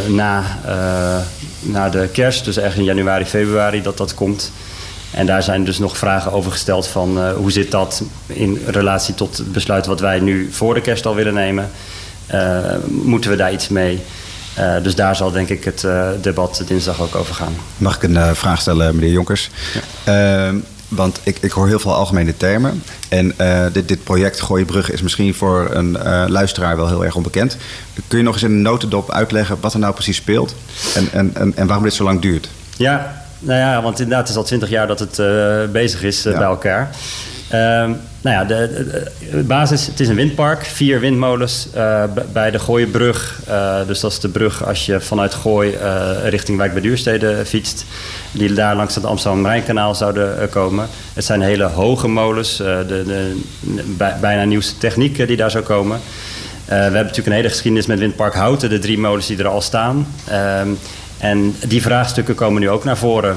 na de kerst, dus echt in januari, februari dat komt. En daar zijn dus nog vragen over gesteld van hoe zit dat in relatie tot het besluit wat wij nu voor de kerst al willen nemen. Moeten we daar iets mee? Dus daar zal denk ik het debat dinsdag ook over gaan. Mag ik een vraag stellen, meneer Jonkers? Ja. Want ik hoor heel veel algemene termen. En dit project Gooienbrug is misschien voor een luisteraar wel heel erg onbekend. Kun je nog eens in een notendop uitleggen wat er nou precies speelt? En waarom dit zo lang duurt? Ja, nou ja, want inderdaad het is al 20 jaar dat het bezig is bij elkaar. De basis, het is een windpark, 4 windmolens bij de Gooienbrug. Dus dat is de brug als je vanuit Gooi richting Wijk bij Duurstede fietst. Die daar langs het Amsterdam-Rijnkanaal zouden komen. Het zijn hele hoge molens, de bijna nieuwste techniek die daar zou komen. We hebben natuurlijk een hele geschiedenis met windpark Houten, de 3 molens die er al staan. En die vraagstukken komen nu ook naar voren.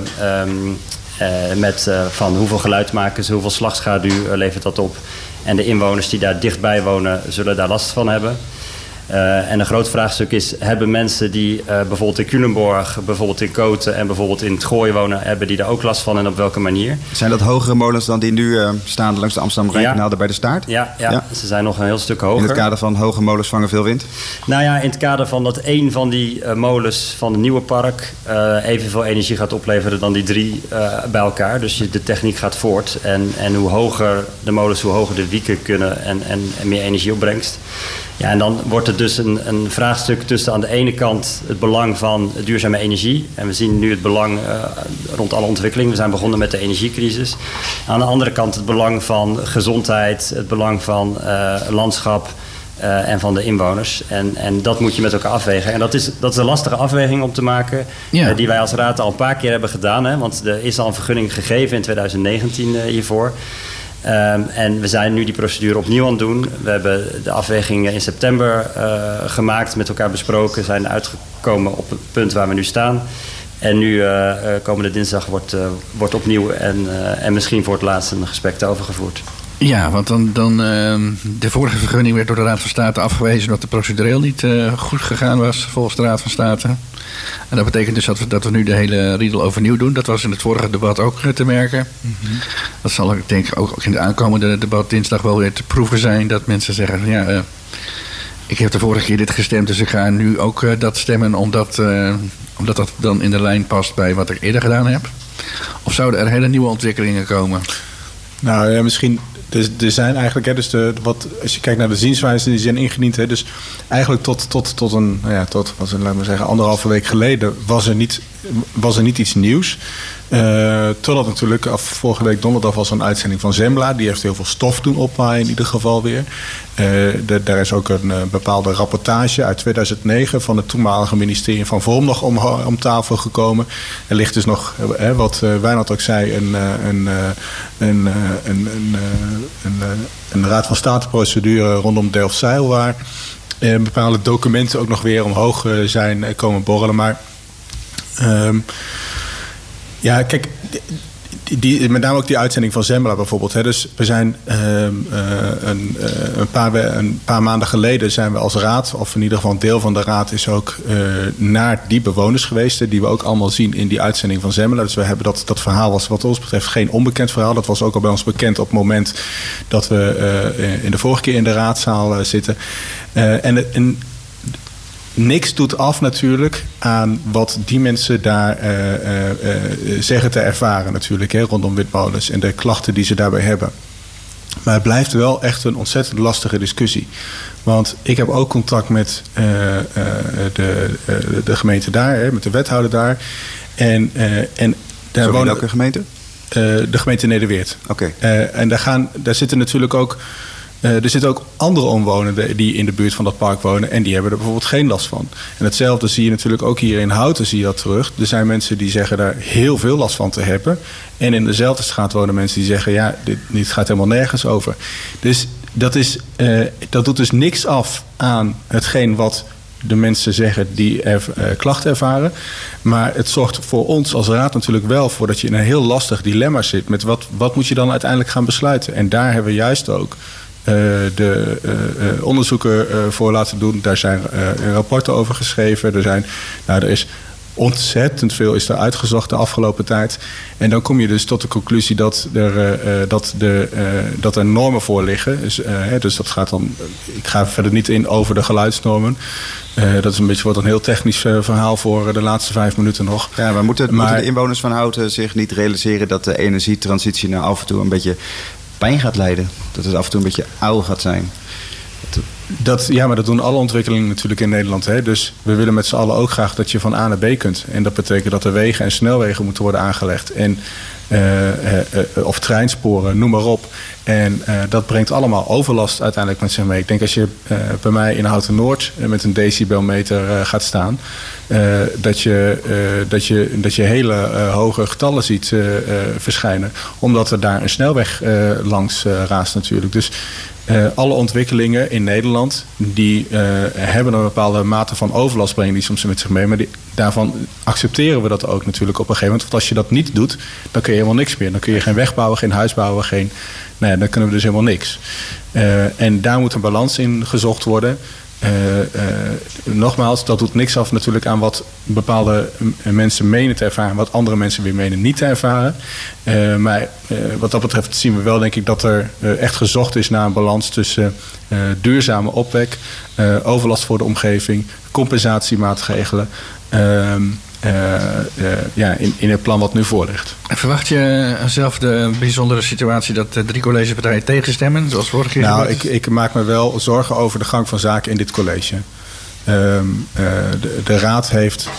Van hoeveel geluid maken ze, hoeveel slagschaduw levert dat op. En de inwoners die daar dichtbij wonen zullen daar last van hebben. En een groot vraagstuk is, hebben mensen die bijvoorbeeld in Culemborg, bijvoorbeeld in Koten en bijvoorbeeld in het Gooi wonen, hebben die daar ook last van en op welke manier? Zijn dat hogere molens dan die nu staan langs de Amsterdam-Rijnkanaal daar bij de staart? Ja, ze zijn nog een heel stuk hoger. In het kader van hoge molens vangen veel wind? Nou ja, in het kader van dat 1 van die molens van het nieuwe park evenveel energie gaat opleveren dan die 3 bij elkaar. Dus de techniek gaat voort. En hoe hoger de molens, hoe hoger de wieken kunnen en meer energieopbrengst. Ja, en dan wordt het dus een vraagstuk tussen aan de ene kant het belang van duurzame energie. En we zien nu het belang rond alle ontwikkelingen. We zijn begonnen met de energiecrisis. Aan de andere kant het belang van gezondheid, het belang van landschap en van de inwoners. En dat moet je met elkaar afwegen. En dat is een lastige afweging om te maken, die wij als raad al een paar keer hebben gedaan. Hè, want er is al een vergunning gegeven in 2019 hiervoor. En we zijn nu die procedure opnieuw aan het doen. We hebben de afweging in september gemaakt, met elkaar besproken. Zijn uitgekomen op het punt waar we nu staan. En nu, komende dinsdag, wordt opnieuw en misschien voor het laatst een gesprek daarover gevoerd. Ja, want dan de vorige vergunning werd door de Raad van State afgewezen omdat de procedureel niet goed gegaan was volgens de Raad van State. En dat betekent dus dat we nu de hele riedel overnieuw doen. Dat was in het vorige debat ook te merken. Mm-hmm. Dat zal ik denk ook in de aankomende debat dinsdag wel weer te proeven zijn. Dat mensen zeggen van ja, ik heb de vorige keer dit gestemd, dus ik ga nu ook dat stemmen omdat dat dan in de lijn past bij wat ik eerder gedaan heb. Of zouden er hele nieuwe ontwikkelingen komen? Nou ja, misschien. Er zijn eigenlijk, hè, dus als je kijkt naar de zienswijzen die zijn ingediend, hè, dus eigenlijk tot een, nou ja, laat maar zeggen, 1,5 week geleden was er niet iets nieuws. Totdat natuurlijk vorige week donderdag was er een uitzending van Zembla. Die heeft heel veel stof doen opwaaien in ieder geval weer. Daar is ook een bepaalde rapportage uit 2009 van het toenmalige ministerie van Vorm nog om tafel gekomen. Er ligt dus nog, wat Wijnand ook zei, een Raad van State procedure rondom Delfzijl, waar bepaalde documenten ook nog weer omhoog zijn komen borrelen. Maar ja, kijk, met name ook die uitzending van Zembla bijvoorbeeld. Hè. Dus we zijn een paar maanden geleden zijn we als raad, of in ieder geval een deel van de raad is ook naar die bewoners geweest. Die we ook allemaal zien in die uitzending van Zembla. Dus we hebben dat verhaal was wat ons betreft geen onbekend verhaal. Dat was ook al bij ons bekend op het moment dat we in de vorige keer in de raadzaal zitten. En niks doet af natuurlijk aan wat die mensen daar zeggen te ervaren natuurlijk, hè, rondom windmolens en de klachten die ze daarbij hebben. Maar het blijft wel echt een ontzettend lastige discussie. Want ik heb ook contact met de gemeente daar, hè, met de wethouder daar. En daar wonen. Welke gemeente? De gemeente Nederweert. Oké. En daar zitten natuurlijk ook. Er zitten ook andere omwonenden die in de buurt van dat park wonen en die hebben er bijvoorbeeld geen last van. En hetzelfde zie je natuurlijk ook hier in Houten, zie je dat terug. Er zijn mensen die zeggen daar heel veel last van te hebben. En in dezelfde straat wonen mensen die zeggen, ja, dit gaat helemaal nergens over. Dus dat doet dus niks af aan hetgeen wat de mensen zeggen die klachten ervaren. Maar het zorgt voor ons als raad natuurlijk wel voor dat je in een heel lastig dilemma zit met wat moet je dan uiteindelijk gaan besluiten. En daar hebben we juist ook de onderzoeken voor laten doen. Daar zijn rapporten over geschreven. Er is ontzettend veel is er uitgezocht de afgelopen tijd. En dan kom je dus tot de conclusie dat er normen voor liggen. Dus dat gaat dan. Ik ga verder niet in over de geluidsnormen. Dat is wordt een heel technisch verhaal voor de laatste 5 minuten nog. Ja, maar moeten de inwoners van Houten zich niet realiseren dat de energietransitie nou af en toe een beetje pijn gaat leiden? Dat het af en toe een beetje oud gaat zijn? Maar dat doen alle ontwikkelingen natuurlijk in Nederland. Hè? Dus we willen met z'n allen ook graag dat je van A naar B kunt. En dat betekent dat er wegen en snelwegen moeten worden aangelegd. En, of treinsporen, noem maar op. En dat brengt allemaal overlast uiteindelijk met zich mee. Ik denk als je bij mij in Houten-Noord met een decibelmeter gaat staan, dat je hele hoge getallen ziet verschijnen. Omdat er daar een snelweg langs raast natuurlijk. Dus alle ontwikkelingen in Nederland die hebben een bepaalde mate van overlast, brengen die soms met zich mee. Maar daarvan accepteren we dat ook natuurlijk op een gegeven moment. Want als je dat niet doet, dan kun je helemaal niks meer. Dan kun je geen weg bouwen, geen huis bouwen, dan kunnen we dus helemaal niks. En daar moet een balans in gezocht worden. Nogmaals, dat doet niks af natuurlijk aan wat bepaalde mensen menen te ervaren, wat andere mensen weer menen niet te ervaren. Maar wat dat betreft zien we wel, denk ik, dat er echt gezocht is naar een balans tussen duurzame opwek, overlast voor de omgeving, compensatiemaatregelen. In het plan wat nu voor ligt. Verwacht je zelf de bijzondere situatie dat 3 collegepartijen tegenstemmen, zoals vorige keer? Nou, ik maak me wel zorgen over de gang van zaken in dit college. De raad heeft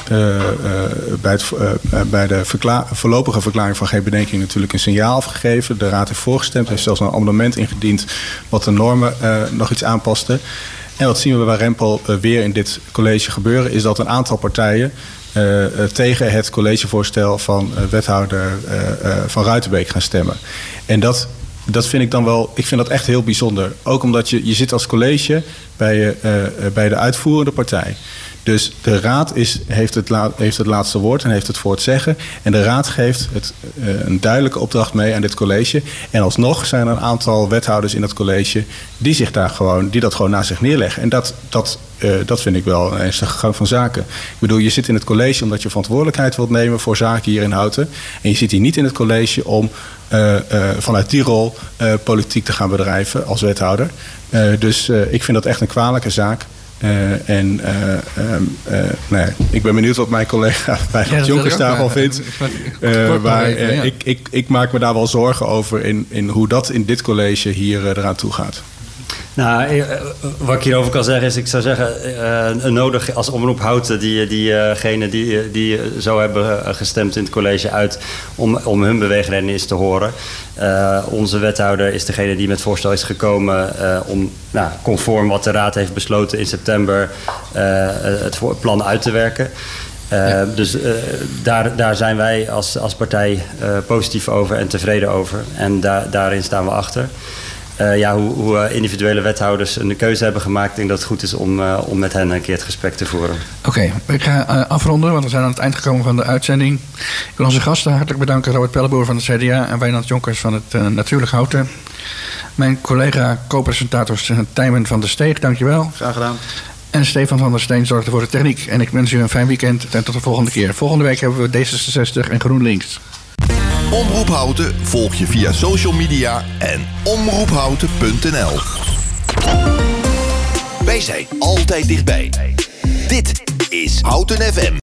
bij de voorlopige verklaring van geen bedenking natuurlijk een signaal afgegeven. De raad heeft voorgestemd, heeft zelfs een amendement ingediend wat de normen nog iets aanpaste. En wat zien we bij Rempel weer in dit college gebeuren, is dat een aantal partijen tegen het collegevoorstel van wethouder Van Ruitenbeek gaan stemmen. En dat vind ik dan wel, ik vind dat echt heel bijzonder. Ook omdat je zit als college bij de uitvoerende partij. Dus de raad heeft het laatste woord en heeft het voor het zeggen. En de raad geeft een duidelijke opdracht mee aan dit college. En alsnog zijn er een aantal wethouders in dat college die dat gewoon naast zich neerleggen. En dat vind ik wel een ernstige gang van zaken. Ik bedoel, je zit in het college omdat je verantwoordelijkheid wilt nemen voor zaken hier in Houten. En je zit hier niet in het college om vanuit die rol politiek te gaan bedrijven als wethouder. Dus ik vind dat echt een kwalijke zaak. Ik ben benieuwd wat mijn collega Wijnand Jonkers daarvan vindt. Ik maak me daar wel zorgen over in hoe dat in dit college hier eraan toe gaat. Nou, wat ik hierover kan zeggen is, ik zou zeggen, nodig als Omroep Houten diegenen die zo hebben gestemd in het college uit om hun beweegredenen eens te horen. Onze wethouder is degene die met voorstel is gekomen om conform wat de raad heeft besloten in september het plan uit te werken. Dus daar zijn wij als partij positief over en tevreden over. En daarin staan we achter. Hoe individuele wethouders een keuze hebben gemaakt. Ik denk dat het goed is om met hen een keer het gesprek te voeren. Oké, ik ga afronden, want we zijn aan het eind gekomen van de uitzending. Ik wil onze gasten hartelijk bedanken. Robert Pelleboer van het CDA en Wijnand Jonkers van het Natuurlijk Houten. Mijn collega co-presentator Tijmen van der Steeg, dankjewel. Graag gedaan. En Stefan van der Steen zorgde voor de techniek. En ik wens u een fijn weekend en tot de volgende keer. Volgende week hebben we D66 en GroenLinks. Omroep Houten volg je via social media en omroephouten.nl. Wij zijn altijd dichtbij. Dit is Houten FM.